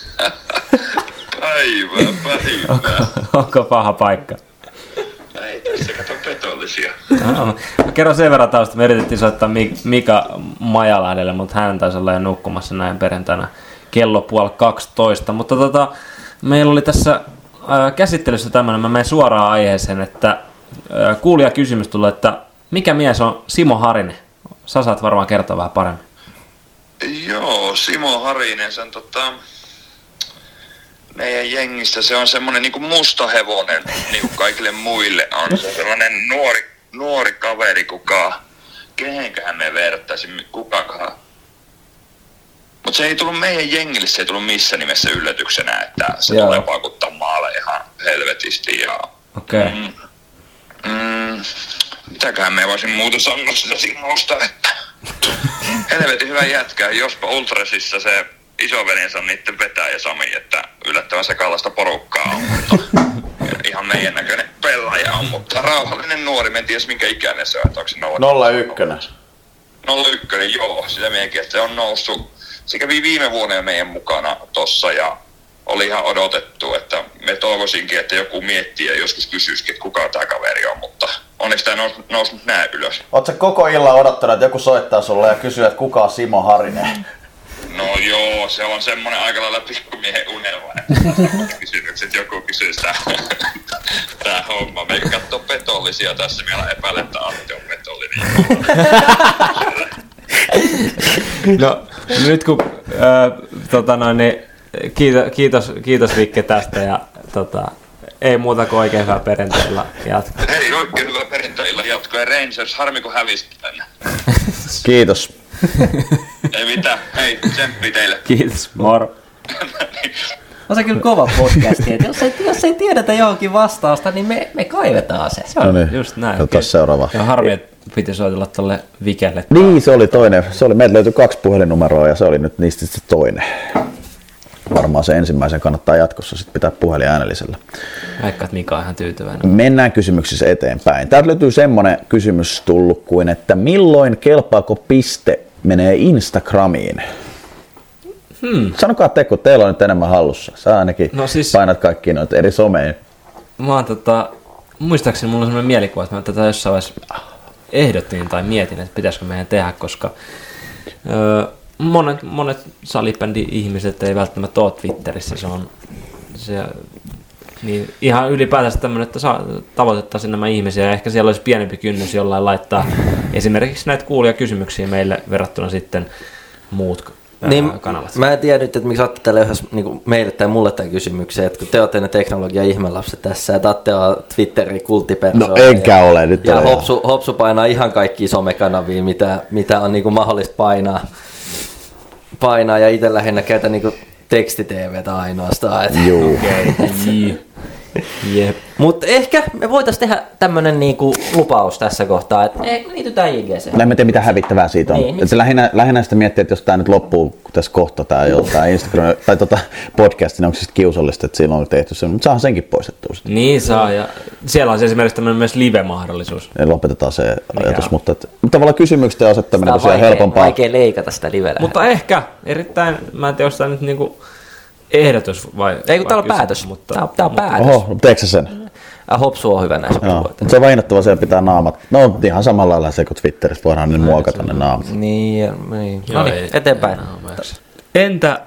Päivä. Onko paha paikka? Ei tässä kato petollisia. Kerro sen verran tausta. Me yritettiin soittaa Mika Majalahdelle, mutta hän taisi olla jo nukkumassa näin perjantaina kello 11:30. Mutta meillä oli tässä käsittelyssä tämmöinen, mä menen suoraan aiheeseen, että kuulija kysymys tulee, että mikä mies on Simo Harinen? Sä saat varmaan kertoa vähän paremmin. Joo, Simo Harinen, se on meidän jengissä, se on semmonen niinku musta hevonen, niinku kaikille muille on. Se on sellainen nuori kaveri, kehenköhän me vertaisimme, kukakaan. Mut se ei tullut meidän jengille, se ei tullut missään nimessä yllätyksenä, että se tulee pakuttaa maalle ihan helvetisti. Okei. Mitäköhän me voisin muuta sanoa sitä Simosta, että helvetin hyvä jätkä. Jospa Ultrasissa se isoveljensä on niitten vetäjä Sami, että yllättävän sekalaista porukkaa on, mutta ihan meidän näköinen pelaaja on, mutta rauhallinen nuori, en tiedä minkä ikäinen se on, että onko se 01. 01, joo, sitä miekin, että se on noussut, se kävi viime vuonna meidän mukana tossa ja oli ihan odotettu, että me toivoisinkin, että joku miettii ja joskus kysyisikin, että kuka tämä kaveri on, mutta onneksi tämä nousi näin ylös. Ootko koko illan odottanut, että joku soittaa sulle ja kysyy, että kuka on Simo Harinen? No joo, se on semmonen aika lailla pikkumiehen unelma, kysymykset joku kysyy sitä tää homma. Meikä kattoo petollisia tässä, vielä epäilen, että Ahti on petollinen. No nyt kun kiitos Vikke tästä ja ei muuta kuin oikein hyvää perjantai-illan jatkoa. Hei, oikein hyvää perjantai-illan jatkoa ja Rangers, harmi kun hävisi tänne. Kiitos. Ei mitään, hei, tsemppi teille. Kiitos, moro. On se kyllä kova podcasti, että jos ei tiedetä johonkin vastausta, niin me kaivetaan se. Se on just näin. Otetaan seuraava. Ja harmi, että piti soitella tolle Vikelle. Niin, se oli toinen. Meiltä löytyi 2 puhelinnumeroa ja se oli nyt niistä se toinen. Varmaan se ensimmäisen kannattaa jatkossa sitten pitää puhelin äänellisellä. Vaikka että Mika on ihan tyytyväinen. Mennään kysymyksissä eteenpäin. Täältä löytyy semmoinen kysymys tullut kuin, että milloin kelpaako piste menee Instagramiin? Sanokaa te, kun teillä on nyt enemmän hallussa. Sä ainakin painat kaikkiin noita eri someen. Mä oon muistaakseni mulla on semmoinen mielikuva, että mä tätä jossain vaiheessa ehdottiin tai mietin, että pitäisikö meidän tehdä, koska monet salibändi-ihmiset ei välttämättä ole Twitterissä. Niin ihan ylipäätänsä tämmöinen, että tavoitettaisiin nämä ihmisiä ja ehkä siellä olisi pienempi kynnys jollain laittaa esimerkiksi näitä kuulijakysymyksiä meille verrattuna sitten muut kanavat. Mä en tiedä nyt, että miksi ottatte tälle yhdessä niin meille tai mulle tämän kysymyksen, että kun te olette ne teknologia-ihmelapset tässä ja taatte on Twitterin kulttipersoona. No enkä ole nyt. Ja Hopsu painaa ihan kaikkia somekanavia, mitä on niin kuin mahdollista painaa ja itse lähinnä käytä niin kuin teksti-tvtä ainoastaan. Joo. Jep. Mutta ehkä me voitaisiin tehdä tämmönen niinku lupaus tässä kohtaa, että liitytään IGC. En tiedä mitä hävittävää siitä on. Niin. Se lähinnä sitä miettii, että jos tämä nyt loppuu tässä kohta tämä Instagram tai podcast, niin onko se sitten kiusallista, että siinä on tehty se, mutta saahan senkin poistettua. Niin saa, ja siellä on esimerkiksi tämmöinen myös live-mahdollisuus. Eli lopetetaan se ajatus, mutta tavallaan kysymyksen asettaminen on tosiaan helpompaa. Vaikea leikata sitä live-lähetystä. Mutta ehkä erittäin, mä en tiedä, onko tämä nyt niinku ehdotus vai... Ei kun tää on päätös. Tää on päätös. Oho, teekö sä sen? Hopsu on hyvä näissä. Se on vainottava, siellä pitää naamat. No ihan samalla lailla se kuin Twitterissä voidaan ne muokata ne naamat. Niin. No niin, eteenpäin. Entä...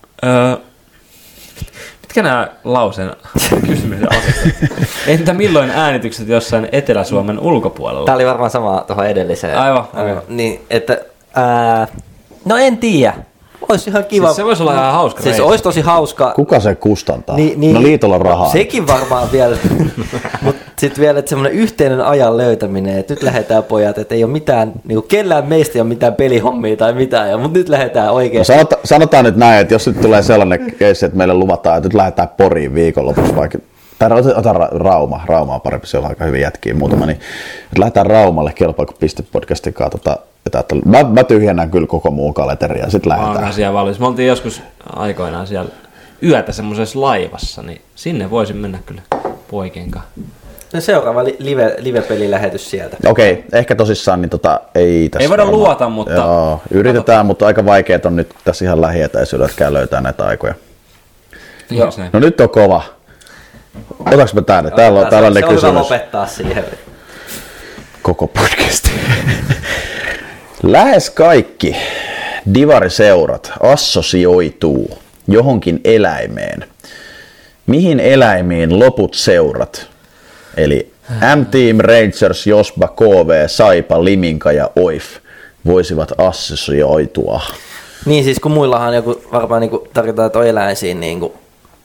mitkä nämä lauseen kysymykset asettaa? Entä milloin äänitykset jossain Etelä-Suomen ulkopuolella? Tää oli varmaan sama tuohon edelliseen. Aivan. Niin, että No en tiedä. Olisi ihan kiva. Siis se voisi olla ihan hauska Siis olisi tosi hauska. Kuka se kustantaa? Niin, no liitolla rahaa. Sekin varmaan vielä. Mutta sitten vielä, että semmoinen yhteinen ajan löytäminen, että nyt lähdetään pojat, että ei ole mitään, niin kellään meistä ei ole mitään pelihommia tai mitään, mutta nyt lähdetään oikein. No sanotaan nyt näin, että jos nyt tulee sellainen keissi, että meille luvataan, että nyt lähdetään Poriin viikonlopuksi vaikka, tai ota Rauma on parempi, siellä on aika hyvin jätkiä muutama, niin että lähdetään Raumalle Kelpaako Piste-podcastin kanssa mä tyhjennän kyllä koko muun kalenteria ja sitten lähdetään. Me oltiin joskus aikoinaan siellä yötä semmoisessa laivassa, niin sinne voisin mennä kyllä poikien kanssa. No seuraava live-pelilähetys sieltä. Okei, ehkä tosissaan niin ei tässä. Ei voida luota, mutta... Joo, yritetään, mutta aika vaikeet on nyt tässä ihan lähietäisyydetkään löytää näitä aikoja. Joo. No nyt on kova. Otaks mä tänne? Täällä on ne kysymys. Se on hyvä lopettaa siihen. Koko podcasti. Lähes kaikki divariseurat assosioituu johonkin eläimeen. Mihin eläimiin loput seurat, eli M-Team, Rangers, Josba, KV, Saipa, Liminka ja OIF, voisivat assosioitua? Niin siis kun muillahan joku varmaan niinku tarkoittaa, että on eläisiin niinku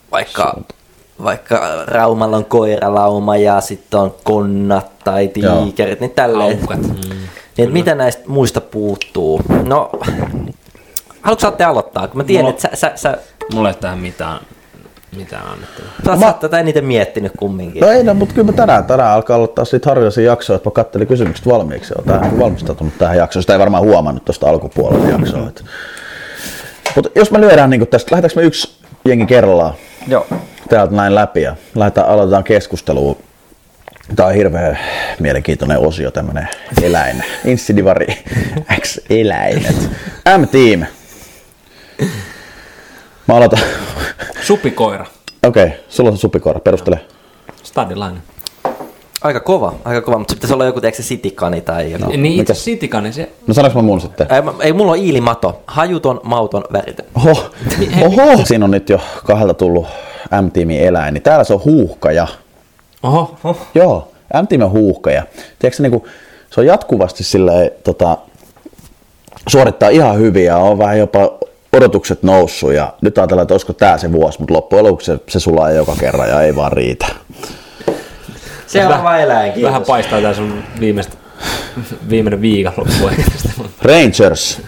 vaikka Raumalla on koiralauma ja sitten on konnat tai tiikerit, niin tälleen. Niin, mitä näistä muista puuttuu? No, haluatko saatte aloittaa? Kun mä tiedän, että sä... Mulle ei tähän mitään annettavaa. Sä oot tätä eniten miettinyt kumminkin. No ei, mutta kyllä mä tänään alkaa aloittaa siitä harjoisin jaksoa, että mä kattelin kysymykset valmiiksi. Olen valmistautunut tähän jaksoon. Sitä ei varmaan huomannut tuosta alkupuolella jaksoa. Mutta jos me lyödään niin tästä, lähdetäänkö me yksi jengi kerrallaan? Joo. Täältä näin läpi ja aloitetaan keskustelua. Tämä on hirveän mielenkiintoinen osio, tämmönen eläin. Insidivari X eläimet. M-Team. Mä aloitan. Supikoira. Okei, sulla on supikoira. Perustele. Stadilainen. Aika kova, mutta se pitäisi olla joku, tiedätkö, sitikani tai joku. Niin itse sitikani se... No sanoinko mä mun sitten? Ei, mulla on iilimato. Hajuton, mauton, väritön. Oho. Siinä on nyt jo 2 tullut M-Teamin eläin, niin täällä se on huuhkaja. Oho. Joo, M-Team on huuhkaja. Tiedätkö, niin kuin, se on jatkuvasti silleen, suorittaa ihan hyvin ja on vähän jopa odotukset noussut ja nyt ajatellaan, että olisiko tää se vuosi, mutta loppujen lopuksi se sulaa joka kerran ja ei vaan riitä. Se on vaan eläin, kiitos. Vähän paistaa tää sun viimeinen viikonloppu ehkä tästä. Rangers.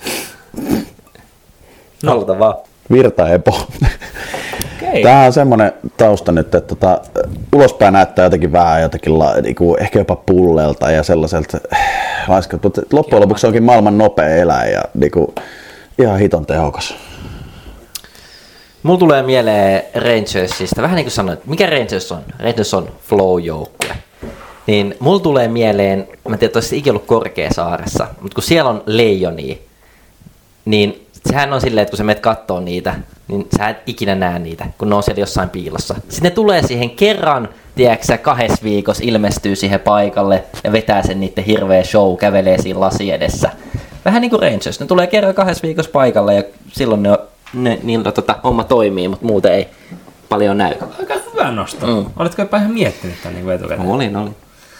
Aloita vaan. Virtaepo. Okay. Tämä on semmoinen tausta nyt, että ulospäin näyttää jotenkin vähän niinku, ehkä jopa pullelta ja sellaiselta laiskalta, mutta loppujen lopuksi se onkin maailman nopea eläin ja niinku, ihan hiton tehokas. Mulla tulee mieleen Rangersista, vähän niin kuin sanoit, mikä Rangers on? Rangers on flow-joukkue. Niin mulla tulee mieleen, mä en tiedä, että olisi ikinä ollut Korkeasaaressa, mutta kun siellä on leijonia, niin sehän on silleen, että kun sä menet kattoo niitä, niin sä et ikinä näe niitä, kun ne on siellä jossain piilossa. Sitten ne tulee siihen kerran, tiedätkö 2 viikossa ilmestyy siihen paikalle ja vetää sen niiden hirveä show, kävelee siinä lasi edessä. Vähän niin kuin Rangers, ne tulee kerran 2 viikossa paikalle ja silloin niillä homma toimii, mutta muuten ei paljon näy. Aika hyvä nosto. Oletko jopa ihan miettinyt tämän niin etukäteen? Olin.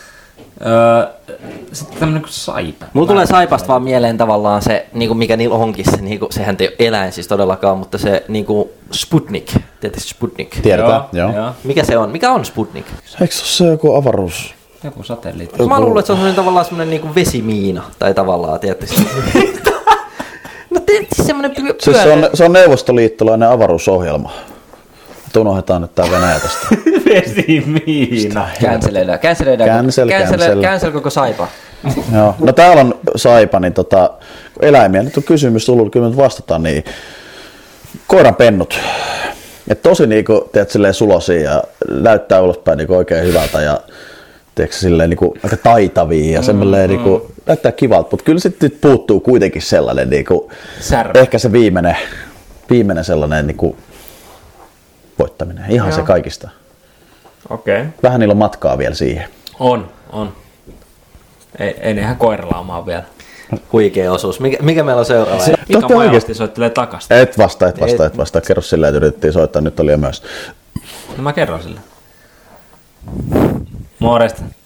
Sitten tämmönen kuin Saipa. Mulla tulee Saipasta vaan mieleen tavallaan se, niinku mikä niillä onkin, se, niinku, sehän ei ole eläin siis todellakaan, mutta se niinku Sputnik, tietysti Sputnik. Tiedetään, joo. Mikä se on? Mikä on Sputnik? Eikö se ole se joku avaruus? Joku satelliitti. Mä luulen, että se on tavallaan semmoinen niinku vesimiina, tai tavallaan, tietysti. No tietysti semmoinen pyörä. Siis se on neuvostoliittolainen avaruusohjelma. Unohdetaan nyt tää Venäjä tästä. Vesimiina. Cancel koko Saipa. Joo. No täällä on Saipa, niin eläimiä. Nyt on kysymys tullut, kyllä nyt vastataan, niin koiranpennut. Et tosi niinku, teet silleen sulosia ja näyttää ulospäin niinku oikein hyvältä ja tiedätkö, silleen niinku aika taitavia ja semmoinen niinku näyttää kivalta, mutta kyllä sitten puuttuu kuitenkin sellainen niinku ehkä se viimeinen sellainen niinku voittaminen. Ihan se kaikista. Okei. Vähän niillä on matkaa vielä siihen. On. Ei ne ihan koiralaumaa vielä. Huikea osuus. Mikä meillä on seuraava? Mika Majasti soittelee takasta. Et vastaa. Kerro silleen, että yritettiin soittaa, nyt oli jo myös. No mä kerron sille. Morjesta.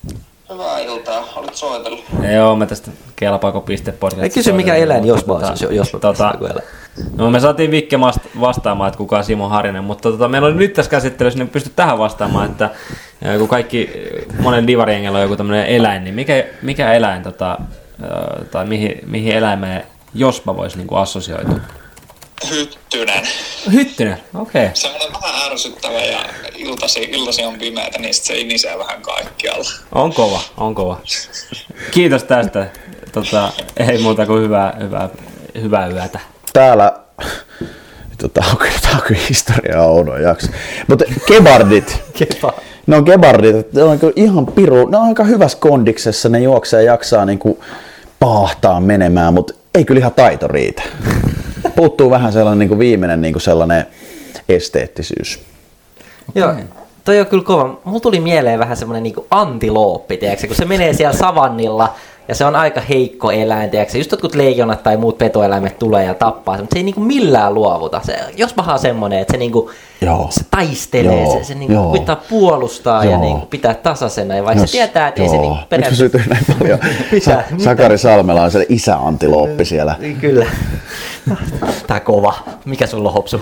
Hyvää iltaa. Olit soitellut? Joo, mä tästä kelpaako piste podcast. Ei kysy mikä eläin, jos mä olisin, jos No me saatiin Vikke vastaamaan, että kuka on Simo Harinen, mutta meillä oli nyt tässä käsittelyssä, niin pysty tähän vastaamaan, että kun kaikki, monen divariengellä on joku tämmöinen eläin, niin mikä eläin, tai mihin eläimeen Jospa voisi niinku assosioitua? Hyttynen. Hyttynen, okei. Okay. Semmoinen vähän ärsyttävä ja iltasi on pimeätä, niin se inisee vähän kaikkialla. On kova. Kiitos tästä. Ei muuta kuin hyvää yötä. Täällä, tää on kyllä historiaa Ouno jakso. Mutta kebardit. Ne on kebardit, ne on ihan piru, ne on aika hyvässä kondiksessa, ne juoksee ja jaksaa niinku paahtaa menemään, mutta ei kyllä ihan taito riitä. Puuttuu vähän sellainen niinku viimeinen niinku sellainen esteettisyys. Joo, toi on kyllä kova. Mulla tuli mieleen vähän semmonen niinku antilooppi, tiedätkö? Kun se menee siellä savannilla ja se on aika heikko eläin, tiedätkö? Just jotkut leijonat tai muut petoeläimet tulee ja tappaa, mutta se ei niinku millään luovuta. Jospahan on semmonen, että se niinku se taistelee, se niinku pitää puolustaa ja niinku pitää tasaisena, ja vaikka se tietää, että ei se niinku periaatteessa... Miksi sytyy näin paljon? Sakari Salmela on se isä-antilooppi siellä. Kyllä. Tää kova. Mikä sulla on, Hopsu?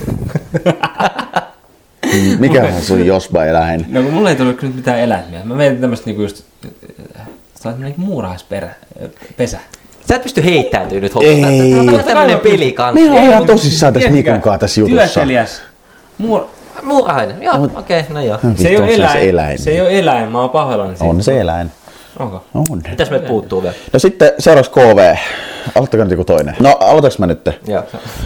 Mikähän sun Jospa-eläin? No kun mulla ei tullut nyt mitään eläimiä. Mä mietin tämmöstä niinku just... Sä oot niinku muurahaispesä. Sä et pysty heittäytyy nyt, Hopsu. Tää on tämmönen peli kanssa. Me ollaan tosissaan tässä Nikonkaan tässä jutussa. Työtelijäs. Muurahainen, joo, okei, no joo. Se ei ole eläin. Se ei ole eläin, mä oon pahoillani siitä. On se eläin. Onko? On. Mitäs meiltä puuttuu vielä? No sitten seuraavaksi KV. Aloittakaa nyt joku toinen. No aloitaks mä nyt? Joo.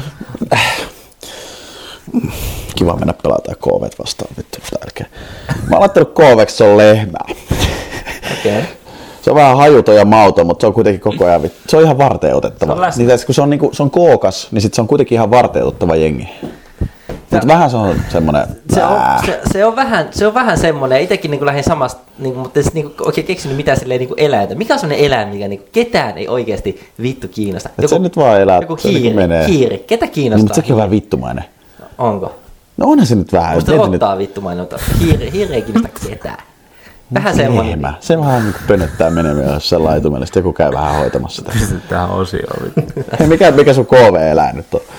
Kiva mennä pelaamaan KV vastaan, vittu tärkeä. Mä oon laittanut KV:ksi, se on lehmää. Okei. Okay. Se on vähän hajuton ja mauton, mutta se on kuitenkin koko ajan vittu. Se on ihan varteenotettava. Niin, kun se on kookas, niin sit se on kuitenkin ihan varteenotettava jengi. Mutta vähän se on semmoinen... Se on vähän semmoinen, itsekin niin lähdin samasta, niin, mutta niin oikein keksinyt mitään silleen niin eläintä. Mikä on semmoinen eläin, mikä niin ketään ei oikeasti vittu kiinnosta? Se nyt vaan elää, joku se niin menee. Hiiri, ketä kiinnostaa? Mutta sekin on vähän vittumainen. Onko? No onhan se nyt vähän. Musta rottaa vittumainen, mutta hiiri ei kiinnosta ketään. Vähän semmoinen. Se vähän niin pönöttää menemään jossain laitumelle, sitten joku käy vähän hoitamassa tästä. Tähän osioon. Hei, mikä sun KV-eläin nyt on?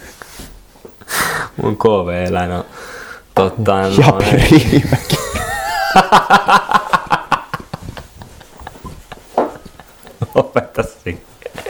Mun KV-eläin on Japi Riimäki. Opeta siinä.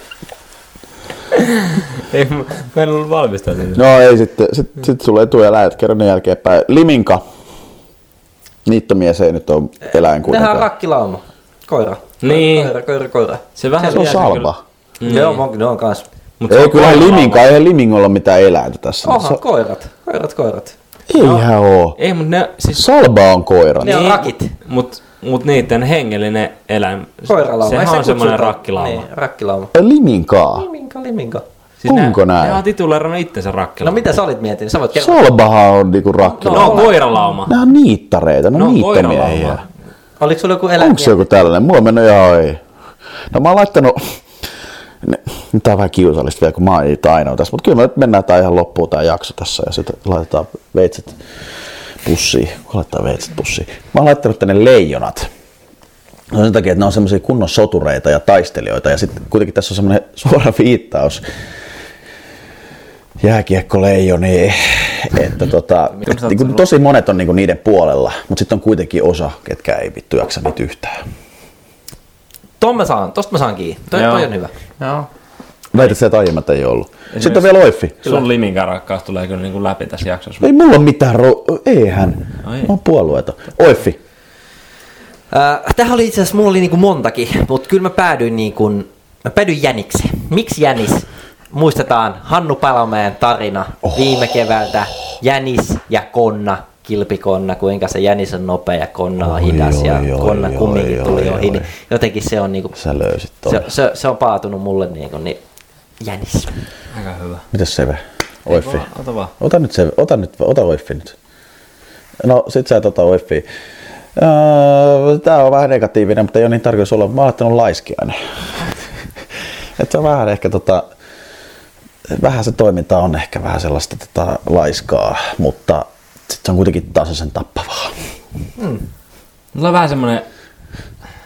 Ei, mä en ollut valmistautunut. No ei sitten sulle etu ja lähet kerran jälkeenpäin. Liminka. Niittomies ei nyt ole eläin kuitenkaan. Nehän on rakkilauma. Koira. Niin. Koira. Se on salva. Joo, ne on kans. Ei kyllä Liminka, ei Limingolla ole mitään eläintä tässä. Onhan koirat. Eihän oo. Ei, mut ne siis... Salba on koira. Ne on rakit. Mut niiden hengellinen eläin, koiralauma. Sehän on semmoinen rakkilauma. Niin, rakkilauma. Liminkaa. Liminka. Siis onko näin? Ne on tituleerannut itsensä rakkilauma. No mitä sä olit miettinyt? Salbahan on niinku rakkilauma. No koiralauma. Nää on niittareita, ne on niittomiehiä. Oliko sulla joku eläin? Onko se joku tällainen? Mulla on mennyt ihan ei. No mä oon laittanut... Tää on vähän kiusallista vielä, kun mä oon niitä ainoa tässä, mutta kyllä me nyt mennään tää ihan loppuun tää jakso tässä ja sitten laitetaan veitset pussiin. Laitetaan veitset pussiin. Mä oon laittanut tänne leijonat. No sen takia, että ne on semmosia kunnon sotureita ja taistelijoita ja sitten kuitenkin tässä on semmoinen suora viittaus jääkiekkoleijoniin, että niin tosi monet on niinku niiden puolella, mutta sitten on kuitenkin osa, ketkä ei vittu jaksa niitä yhtään. Tosta mä saan kiinni. Toi on hyvä. Joo. Väität, että aiemmat ei ollut. Sitten on vielä Oiffi. Sun Liminkan rakkaus tulee kyllä niin kuin läpi tässä jaksossa. Ei mulla ole mitään eihän. Mä oon puolueeton. Oiffi. Tähän oli itse asiassa, mulla oli niinku montakin, mutta kyllä mä päädyin jänikseen. Miksi jänis? Muistetaan Hannu Palomäen tarina viime keväältä. Jänis ja konna. Kilpikonna, kuinka se jänis on nopea ja konna on hidas ja konna kumminkin tuli ohi, niin jotenkin se on niinku, sä löysit se on paatunut mulle niinku, niin jänis. Aika hyvä. Mitäs Seve? Oiffi. Ota vaan. Ota Oiffi nyt. No sit sä et ota Oiffia. Tää on vähän negatiivinen, mutta ei ole niin tarkoitus olla. Mä oon laittanut laiskiainen. Et se on vähän ehkä vähän se toiminta on ehkä vähän sellaista laiskaa, mutta sitten se on kuitenkin tasaisen tappavaa. Mulla on vähän semmonen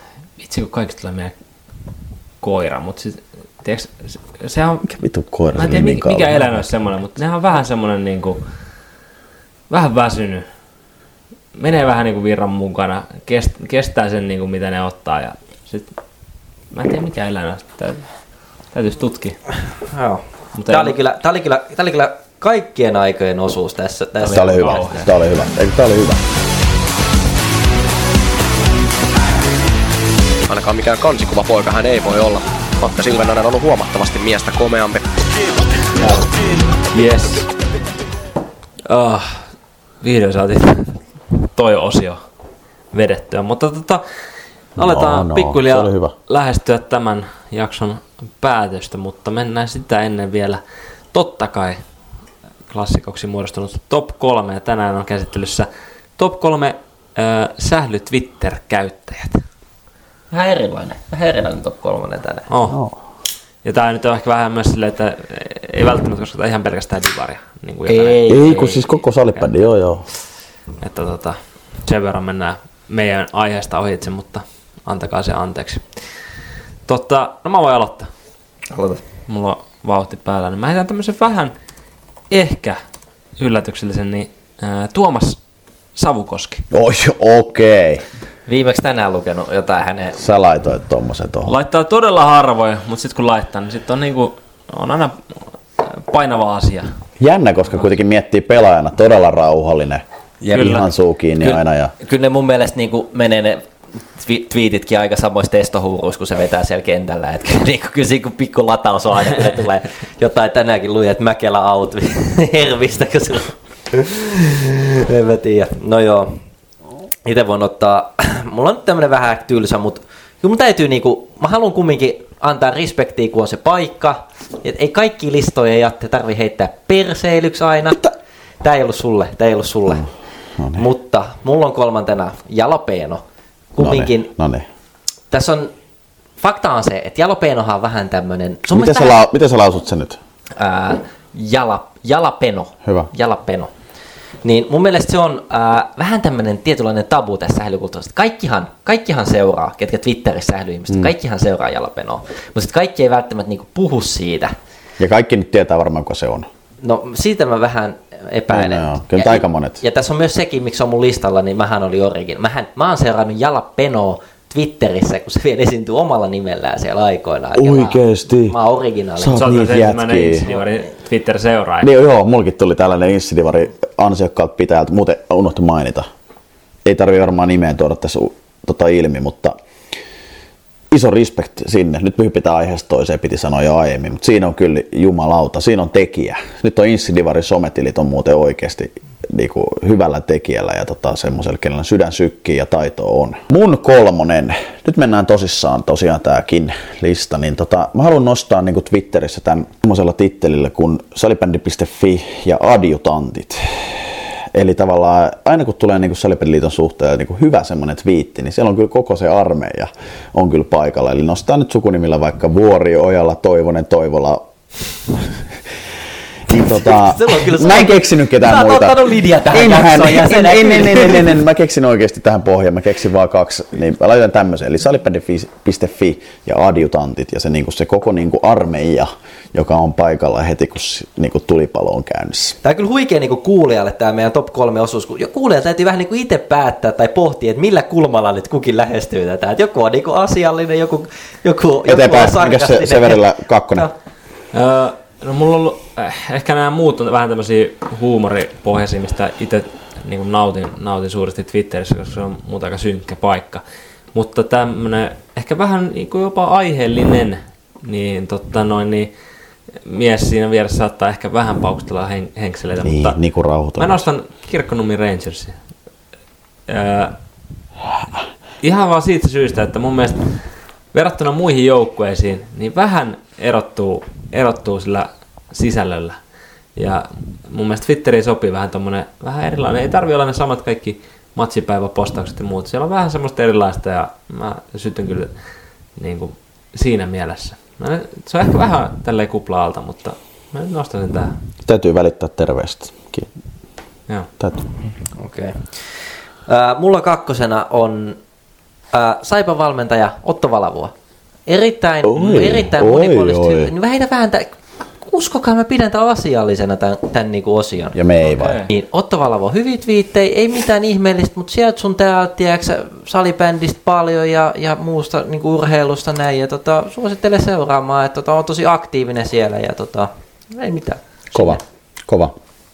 Vitsi, kun kaikista tulee meidän koira, mutta se on... Mikä vitu koira? Mä en tiedä, mikä eläin olisi semmoinen, mutta nehän on vähän semmoinen niinku... Vähän väsynyt. Menee vähän niinku virran mukana. Kestää sen niinku mitä ne ottaa ja sit... Mä en tiedä mikä eläin olisi. Täytyisi tutkia. Joo. Tää oli kyllä kaikkien aikojen osuus tässä. Tää oli hyvä. Tää oli hyvä. Ainakaan mikään kansikuva poika hän ei voi olla. Matti Silvenonen on ollut huomattavasti miestä komeampi. Yes. Vihdoin saatiin toi osio vedettyä, mutta aletaan pikkuhiljaa lähestyä tämän jakson päätöstä, mutta mennään sitä ennen vielä totta kai klassikoksi muodostunut top 3 ja tänään on käsittelyssä top 3 sähly Twitter-käyttäjät. Vähän erilainen top 3 tänään. Ja tää nyt on ehkä vähän myös silleen, että ei välttämättä kosketa ihan pelkästään divaria. Niin kuin ei, kun siis koko salibändi, joo. Että sen verran mennään meidän aiheesta ohitse, mutta antakaa se anteeksi. No mä voin aloittaa. Aloita. Mulla on vauhti päällä, niin mä heitän tämmöisen vähän ehkä yllätyksellisen, niin Tuomas Savukoski. Okei. Viimeksi tänään lukenut jotain hänen... Sä laitoit tommosen tohon. Laittaa todella harvoin, mutta sit kun laittaa, niin sit on niinku, on aina painava asia. Jännä, koska kuitenkin miettii pelaajana todella rauhallinen. Ja ihan suu kiinni aina. Ja... Kyllä ne mun mielestä niinku menee ne twiititkin aika samoissa testohuuruissa, kun se vetää siellä kentällä. Et kyllä siinä kun pikku lataus on aina, kun tulee jotain tänäänkin luja, että Mäkelä out Hervistä. En mä tiedä. No joo. Itse voin ottaa, mulla on nyt tämmönen vähän tylsä, mutta kyllä mun täytyy niinku, mä haluan kumminkin antaa respektiä, kun on se paikka. Et ei kaikki listoja jatte tarvi heittää perseilyksi aina. Tää ei ollut sulle. Noniin. Mutta mulla on kolmantena Jalapeno. Kumminkin, tässä on, fakta on se, että Jalapenohan on vähän tämmönen... Miten sä lausut sen nyt? Jalapeno. Hyvä. Jalapeno. Niin mun mielestä se on vähän tämmöinen tietynlainen tabu tässä sählykulttuurissa. Kaikkihan seuraa, ketkä Twitterissä sählyihmiset, kaikkihan seuraa Jalapenoa. Mutta sitten kaikki ei välttämättä niinku puhu siitä. Ja kaikki nyt tietää varmaan, kuka se on. No siitä mä vähän epäilen. No, kyllä aika monet. Ja tässä on myös sekin, miksi on mun listalla, niin mähän oli origin. Mä oon seurannut Jalapenoa Twitterissä, kun se vielä esiintyy omalla nimellään siellä aikoinaan. Oikeesti? Mä oon originaali. Sä oot niitä jätkiä. Twitter-seuraaja. Niin, joo, mulkin tuli tällainen insidivari ansiokkaalta pitäjältä. Muuten unohtu mainita. Ei tarvii varmaan nimeen tuoda tässä ilmi, mutta iso respect sinne. Nyt me hypitään aiheesta toiseen, piti sanoa jo aiemmin, mutta siinä on kyllä jumalauta, siinä on tekijä. Nyt on insidivari sometilit on muuten oikeasti niinku hyvällä tekijällä ja semmoisella, kenellä sydän sykkii ja taito on. Mun kolmonen, nyt mennään tosissaan tosiaan tääkin lista, niin mä haluan nostaa niinku Twitterissä tämän semmoisella tittelillä kuin salibändi.fi ja adjutantit. Eli tavallaan aina kun tulee niinku Salibändiliiton suhteen niinku hyvä semmoinen twiitti, niin siellä on kyllä koko se armeija on kyllä paikalla. Eli nostaa nyt sukunimillä vaikka Vuori, Ojala, Toivonen, Toivola. Niin mä en keksinyt ketään muita. Sä oot ottanut Lidia tähän jaksoon. En. Mä keksin oikeasti tähän pohjaan. Mä keksin vaan 2. Niin mä laitan tämmöisen. Eli salibändi.fi ja adjutantit ja se, niinku, se koko niinku armeija, joka on paikalla heti, kun niinku tulipalo on käynnissä. Tää on kyllä huikea niinku kuulijalle tää meidän top 3 osuus. Kuulijalle täytyy vähän niinku itse päättää tai pohtia, että millä kulmalla nyt kukin lähestyy tätä. Et joku on niinku asiallinen, joku on sarkastinen. Severillä 2. No mulla on ollut, ehkä nämä muut on vähän tämmöisiä huumoripohjaisia, mistä itse niin nautin suuresti Twitterissä, koska se on muuta aika synkkä paikka. Mutta tämmönen ehkä vähän niin kuin jopa aiheellinen, niin, niin mies siinä vieressä saattaa ehkä vähän paukustella henkseleitä, niin, mutta niin mä nostan Kirkkonummi Rangersin. Ihan vaan siitä syystä, että mun mielestä verrattuna muihin joukkueisiin, niin vähän erottuu sillä sisällöllä. Ja mun mielestä Twitteriin sopii vähän tommonen vähän erilainen. Ei tarvitse olla ne samat kaikki matsipäiväpostaukset ja muut. Siellä on vähän semmoista erilaista ja mä sytyn kyllä niin kuin siinä mielessä. Se on ehkä vähän tälleen kupla-alta, mutta mä nyt nostan sen tähän. Täytyy välittää terveistäkin. Joo. Täytyy. Okei. Mulla kakkosena on Saipan valmentaja Otto Valavua. Erittäin monipuolisesti hyvä. Niin vähän uskokaa, mä pidän tämän asiallisena tämän niinku osion. Ja me ei vai. Niin, Otto Valavo, hyviä twiittejä, ei mitään ihmeellistä, mutta sieltä sun täältä, tiedätkö, salibändistä paljon ja muusta niinku urheilusta näin. Ja suosittelen seuraamaan, että on tosi aktiivinen siellä ja ei mitään. Kova.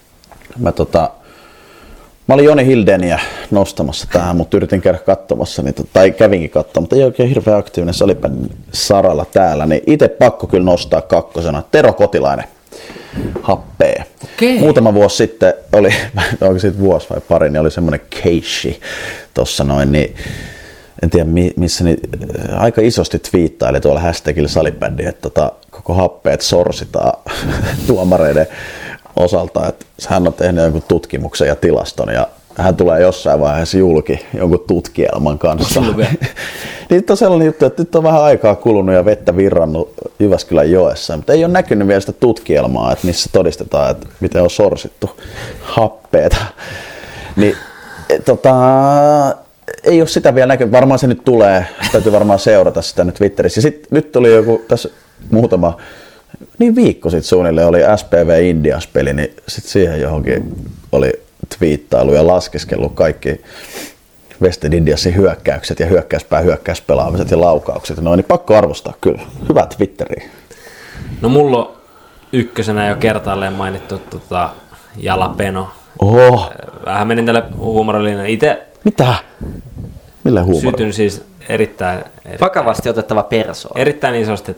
Mä olin Joni Hildeniä nostamassa tähän, mutta yritin käydä katsomassa, tai kävinkin katsomaan, mutta ei oikein hirveän aktiivinen salibändin saralla täällä, niin itse pakko kyllä nostaa kakkosena Tero Kotilainen happea. Okei. Muutama vuosi sitten oli, onko siitä vuosi vai pari, niin oli semmoinen keissi tossa noin, niin en tiedä missä, niin aika isosti twiittaili tuolla hashtagilla salibändi, että koko happeet sorsitaan tuomareiden osalta, että hän on tehnyt jonkun tutkimuksen ja tilaston ja hän tulee jossain vaiheessa julki jonkun tutkielman kanssa. Niin on sellainen juttu, että nyt on vähän aikaa kulunut ja vettä virrannut Jyväskylän joessa, mutta ei ole näkynyt vielä sitä tutkielmaa, että missä todistetaan, että miten on sorsittu happeita. Niin, ei ole sitä vielä näkynyt, varmaan se nyt tulee, täytyy varmaan seurata sitä nyt Twitterissä. Ja sitten nyt tuli joku tässä muutama viikko sitten suunnilleen oli SPV Indias-peli, niin sitten siihen johonkin oli twiittailu ja laskeskellut kaikki Western Indiasin hyökkäykset ja hyökkäyspelaamiset ja laukaukset. Niin pakko arvostaa kyllä. Hyvä Twitteri. No mulla on ykkösenä jo kertaalleen mainittu Jalapeno. Oho. Vähän menin tälle huumorillinen. Itse mitä? Millä huumorilla? Sytyn siis erittäin vakavasti otettava persoona. Erittäin isosti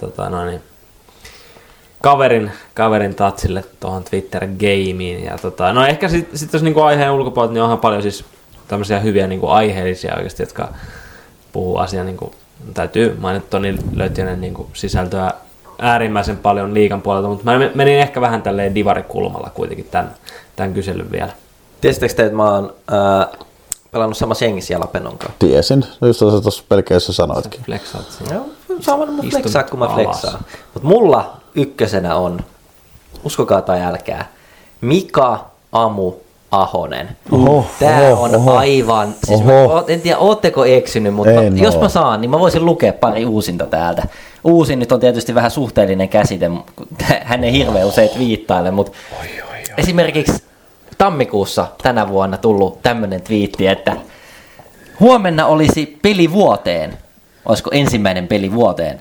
kaverin tatsille tuohon Twitter-gameen. Ja no ehkä sitten jos niinku aiheen ulkopuolelta, niin onhan paljon siis tämmöisiä hyviä niinku aiheellisia oikeasti, jotka puhuu asiaa, niinku, täytyy mainita Toni Löytiönen niinku sisältöä äärimmäisen paljon liigan puolelta, mutta mä menin ehkä vähän tälleen divarikulmalla kuitenkin tämän kyselyn vielä. Tiesittekö te, että mä oon pelannut samassa jengissä Jalapenon kanssa? Tiesin, just tuossa pelkästään sanoitkin. Flexaat siinä. Joo, saa mun flexaa, kun mä flexaan. Mutta mulla ykkösenä on, uskokaa tai älkää, Mika Amu Ahonen. Tää on aivan, siis en tiedä, ootteko eksynyt, mutta jos mä saan, niin mä voisin lukea pari uusinta täältä. Uusin nyt on tietysti vähän suhteellinen käsite, hän ei hirveän usein twiittaile, mutta esimerkiksi tammikuussa tänä vuonna tullut tämmönen twiitti, että huomenna olisi pelivuoteen, olisiko ensimmäinen pelivuoteen.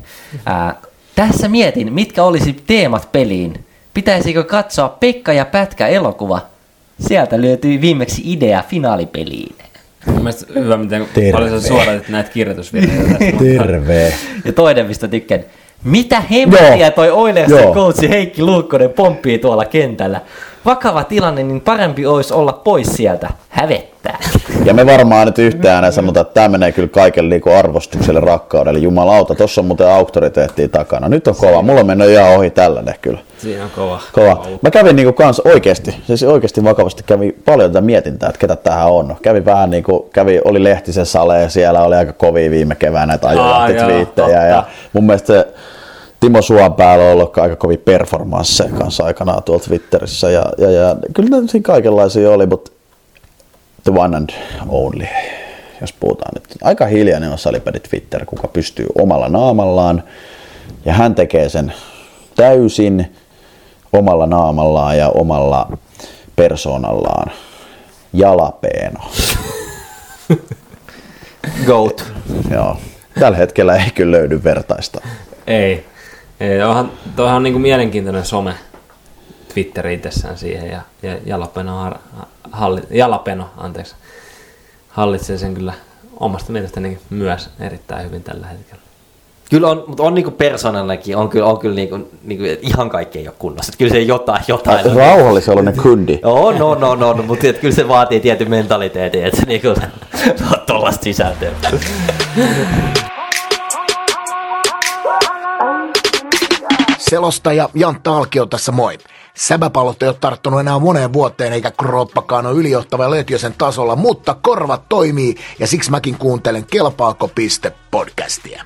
Tässä mietin, mitkä olisi teemat peliin. Pitäisikö katsoa Pekka ja Pätkä elokuva? Sieltä löytyi viimeksi idea finaalipeliin. Mielestäni hyvä, miten paljon sä suoratit näitä kirjoitusvirheitä. Terve. Ja toinen, mistä tykkään. Mitä hemmettiä toi Oilersin coachi Heikki Luukkonen pomppii tuolla kentällä? Vakava tilanne, niin parempi olisi olla pois sieltä. Hävettää. Ja me varmaan nyt yhteen sanotaan, että tämä menee kyllä kaikelle niin arvostukselle, rakkaudelle. Jumalauta, tuossa on muuten auktoriteettia takana. Nyt on kova. Mulla on mennyt ihan ohi tällainen kyllä. Siinä on kova. Mä kävin niinku kans oikeasti vakavasti kävin paljon tätä mietintää, että ketä tähän on. Kävin vähän niinku, oli Lehtisen Sale ja siellä oli aika kovia viime keväänä näitä ajolähti-twiittejä. Ja mun mielestä se Timo Suopäällä on ollut aika kovia performansseja kanssa aikanaan tuolla Twitterissä. Ja kyllä siinä kaikenlaisia oli, mutta the one and only, jos puhutaan nyt. Aika hiljainen on salibändi Twitter, kuka pystyy omalla naamallaan. Ja hän tekee sen täysin omalla naamallaan ja omalla persoonallaan. Jalapeeno. Goat. Joo. Tällä hetkellä ei kyllä löydy vertaista. Ei. Tuohan on niinku mielenkiintoinen some Twitteri itsessään siihen ja Jalapeno hallitsee sen kyllä omasta mielestäni myös erittäin hyvin tällä hetkellä. Kyllä on, mutta on niinku persoonallekin, on kyllä niinku ihan kaikki ei ole kunnossa. Kyllä se jotain. Rauhallisellinen kundi. No, mutta kyllä se vaatii tietyn mentaliteetin, että se niinku on tollaista sisältöä. Selostaja Jantta Alkio tässä moi. Säbäpallot ei ole tarttunut enää moneen vuoteen eikä kroppakaan ole ylijohtava Lötjösen tasolla, mutta korvat toimii ja siksi mäkin kuuntelen Kelpaako piste podcastia.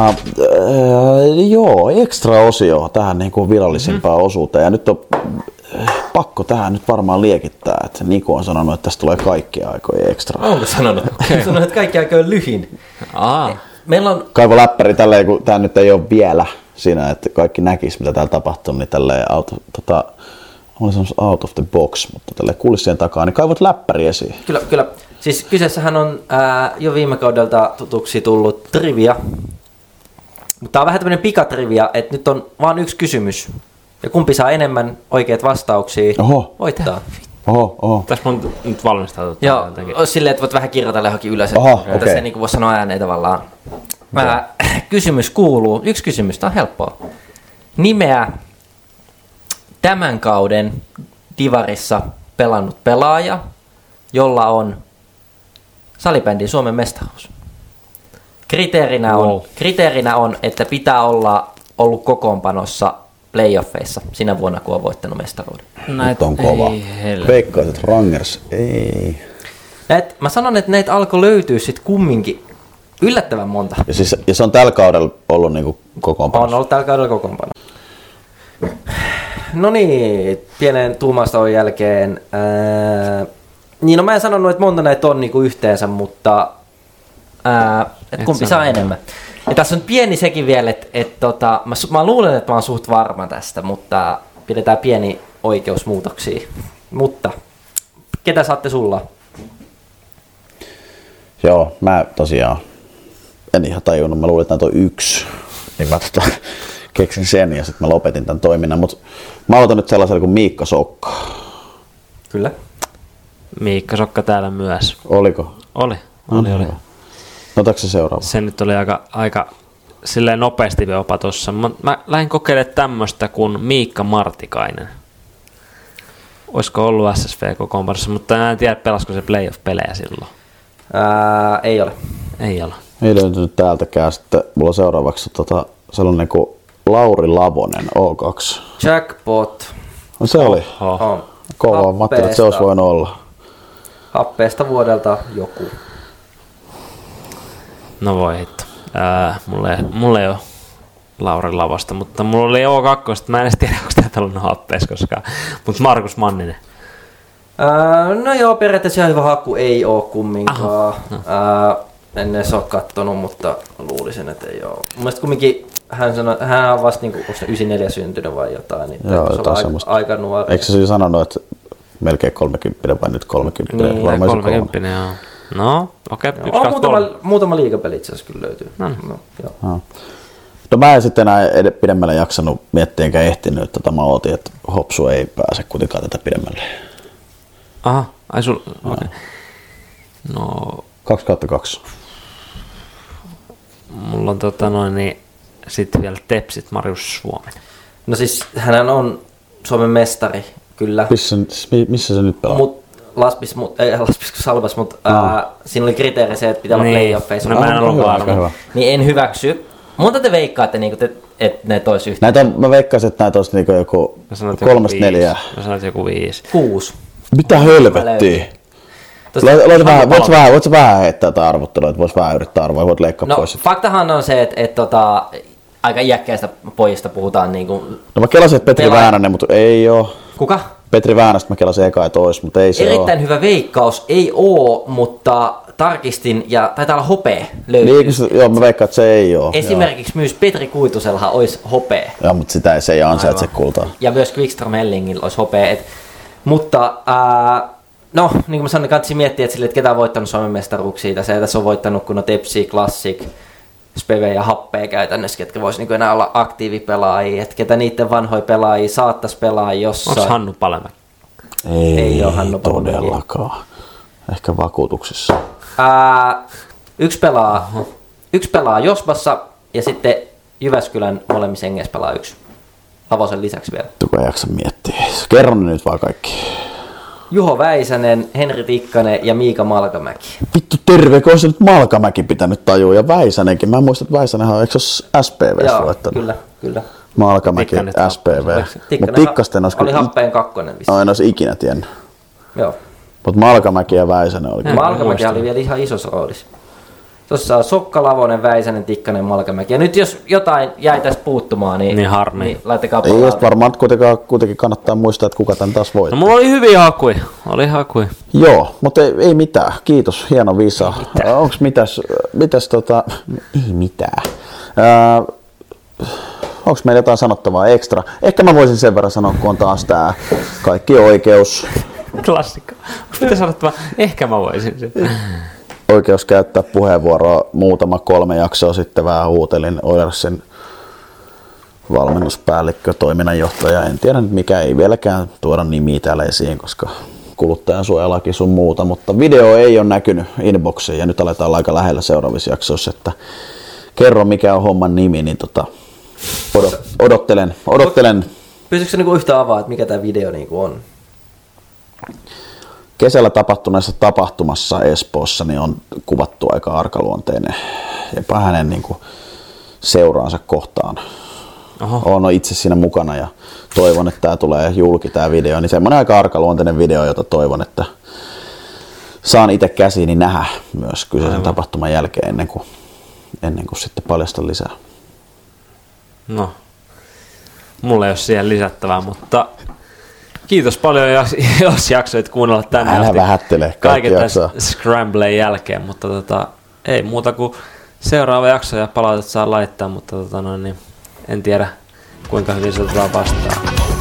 Joo, ekstra osio tähän niin kuin virallisimpaan osuuteen ja nyt on pakko tähän nyt varmaan liekittää, että Niku on sanonut, että tästä tulee kaikkia aikoja ekstra. Onko sanonut? Sanonut, että kaikki aikoja lyhin. Meillä on... Kaivo läppäri tälleen, kun tää nyt ei ole vielä siinä, että kaikki näkis mitä täällä tapahtuu, niin tälleen oli semmoista out of the box, mutta tälleen kulissien takaa, niin kaivot läppäri esiin. Kyllä. Siis kyseessähän on jo viime kaudelta tutuksi tullut trivia. Mutta tää on vähän tämmönen pikatrivia, että nyt on vaan yksi kysymys. Ja kumpi saa enemmän oikeat vastauksia, voittaa. Oho. Tässä mun nyt valmistautua. Joo, silleen, että voit vähän kirjoitella johonkin ylös. Tässä ei niin voi sanoa ääneen tavallaan. Kysymys kuuluu, yksi kysymys, tää on helppoa. Nimeä tämän kauden divarissa pelannut pelaaja, jolla on salibändin Suomen mestaruus. Kriteerinä on, että pitää olla ollut kokoonpanossa playoffeissa sinä vuonna, kun on voittanut mestaruuden. Nyt on kova. Veikkaiset Rangers, ei. Mä sanon, että näitä alkoi löytyä sitten kumminkin yllättävän monta. Ja se on tällä kaudella ollut niinku kokoonpanossa? On ollut tällä kaudella kokoonpano. No niin, pienen tuumaustavan jälkeen. Niin, no mä en sanonut, että monta näitä on niinku yhteensä, mutta kumpi saa enemmän. Ja tässä on pieni sekin vielä, että mä luulen, että mä oon suht varma tästä, mutta pidetään pieni oikeusmuutoksia. Mutta ketä saatte sulla? Joo, mä tosiaan en ihan tajunnut. Mä luulin, että näitä on yksi. Niin mä keksin sen ja sitten mä lopetin tämän toiminnan. Mutta mä aloitan nyt sellaisella kuin Miikka Sokka. Kyllä. Miikka Sokka täällä myös. Oliko? Oli. Otatko se seuraava? Se nyt oli aika silleen nopeasti jopa tossa. Mä lähdin kokeilemaan tämmöstä kuin Miikka Martikainen. Olisiko ollut SSV-kokoonpanossa, mutta en tiedä, pelasiko se playoff-pelejä silloin. Ei ole. Ei löytynyt täältäkään. Sitten mulla on seuraavaksi sellainen kuin Lauri Lavonen, O2. Jackpot. No se oli. Kova. Mä ajattelin, että se olisi voinut olla. Happeesta vuodelta joku. No voi hitto. Mulla ei ole Lauri Lavosta, mutta mulla oli O2, mä en edes tiedä, onko tämä ollut happeessa koskaan. Mutta Markus Manninen. No joo, periaatteessa ihan hyvä haku ei oo kumminkaan. En edes oo kattonut, mutta luulisin, että ei oo. Mun mielestä kumminkin hän on vasta niinku, 94 syntynyt vai jotain, niin joo, jotain semmoista. Aika nuori. Eikö se sanonut, että melkein 30 vai nyt 30? Niin, 30, joo. No, okei. Muutama liigapeli itse asiassa kyllä löytyy. No mä en sitten enää pidemmälle jaksanut miettiä enkä ehtinyt, että mä ootin, että Hopsu ei pääse kuitenkaan tätä pidemmälle. Aha, okei. No 2/2. Mulla on sitten vielä Tepsit Marius Suominen. No siis hänhän on Suomen mestari, kyllä. Missä se nyt pelaa? Salpas, mutta siinä oli kriteeri se, että pitää olla playoffeissa. No mä en ollut varma. Niin en hyväksy. Monta te veikkaatte, että ne tois yhteen? Mä veikkaisin, että näitä olisi joku 3-4. Mä sanoin joku 5. 6. Mitä helvettiä? Voitko vähän heittää tätä arvottelua, että vois vähän yrittää arvoa, voit leikkaa pois? No faktahan on se, että aika iäkkäistä pojista puhutaan niinku... No mä kelasin, että Petri Väänänen, mutta ei oo. Kuka? Petri Väänästä mä kelasin eka ja tois, mutta ei se erittäin hyvä veikkaus, ei oo, mutta tarkistin ja taitaa olla hopea löytyy. Joo, mä veikkaan, että se ei oo. Esimerkiksi myös Petri Kuitusellahan olisi hopea. Joo, mutta se ei ansaitse kultaa. Ja myös Quickstrom Hellingillä olisi hopea. Mutta no, niin kuin mä sanoin, kannattaa miettiä, että ketä on voittanut Suomen mestaruuksia. Tässä on voittanut kun on Tepsi, Classic, Speve ja Happea käytännössä, ketkä vois niin enää olla aktiivipelaajia. Että ketä niiden vanhoja pelaajia saattaisi pelaa jossain. Onko Hannu Palemäki? Ei ole Hannu todellakaan. Ehkä vakuutuksissa. Yksi pelaa Jospassa ja sitten Jyväskylän molemmissa hengeissä pelaa yksi. Lavosen lisäksi vielä. Tuko ei jaksa miettiä. Kerro nyt vaan kaikki. Juho Väisänen, Henri Tikkanen ja Miika Malkamäki. Vittu terve, kun olisi nyt Malkamäki pitänyt tajua ja Väisänenkin. Mä en muista, että Väisänenhän on, eikö se ole SPV:ssä voittanut? Kyllä. Malkamäki SPV. Tikkanen oli Happeen kakkonen. No en olisi ikinä tiennyt. Joo. Mutta Malkamäki ja Väisänen oli. Malkamäki oli vielä ihan isossa roolissa. Tuossa on Sokka, Lavonen, Väisänen, Tikkanen, Malkamäki. Ja nyt jos jotain jäi tässä puuttumaan, niin harmi. Niin laittakaa Ei palaa. just varmaan kuitenkin kannattaa muistaa, että kuka tän taas voitti. No mulla oli hyviä hakui. Joo, mutta ei mitään. Kiitos, hieno visa. Onks mitäs ei mitään. Onko meillä jotain sanottavaa ekstra? Ehkä mä voisin sen verran sanoa, kun on taas tää kaikki oikeus. Klassikko. Onko mitä sanottavaa? Ehkä mä voisin sen. Oikeus käyttää puheenvuoroa 3 jaksoa sitten vähän huutelin Oilersin valmennuspäällikkö, toiminnanjohtaja. En tiedä nyt mikä, ei vieläkään tuoda nimiä täällä esiin, koska kuluttajansuojalaki sun muuta, mutta video ei ole näkynyt inboxiin ja nyt aletaan olla aika lähellä seuraavissa jaksoissa, että kerro mikä on homman nimi, niin odottelen. Pystytkö sä niinku yhtä avaa, että mikä tää video niinku on? Kesällä tapahtuneessa tapahtumassa Espoossa niin on kuvattu aika arkaluonteinen jopa hänen niinku seuraansa kohtaan. Olen itse siinä mukana ja toivon, että tämä tulee julki tämä video, niin semmoinen aika arkaluonteinen video, jota toivon, että saan itse käsiini nähdä myös kyseisen tapahtuman jälkeen ennen kuin sitten paljastan lisää. No, mulla ei ole siihen lisättävää, mutta kiitos paljon, jos jaksoit kuunnella tänne Älä asti vähättele, kaiken tämän Scramblen jälkeen, mutta ei muuta kuin seuraava jakso ja palautet saa laittaa, mutta niin, en tiedä kuinka hyvin se otetaan vastaan.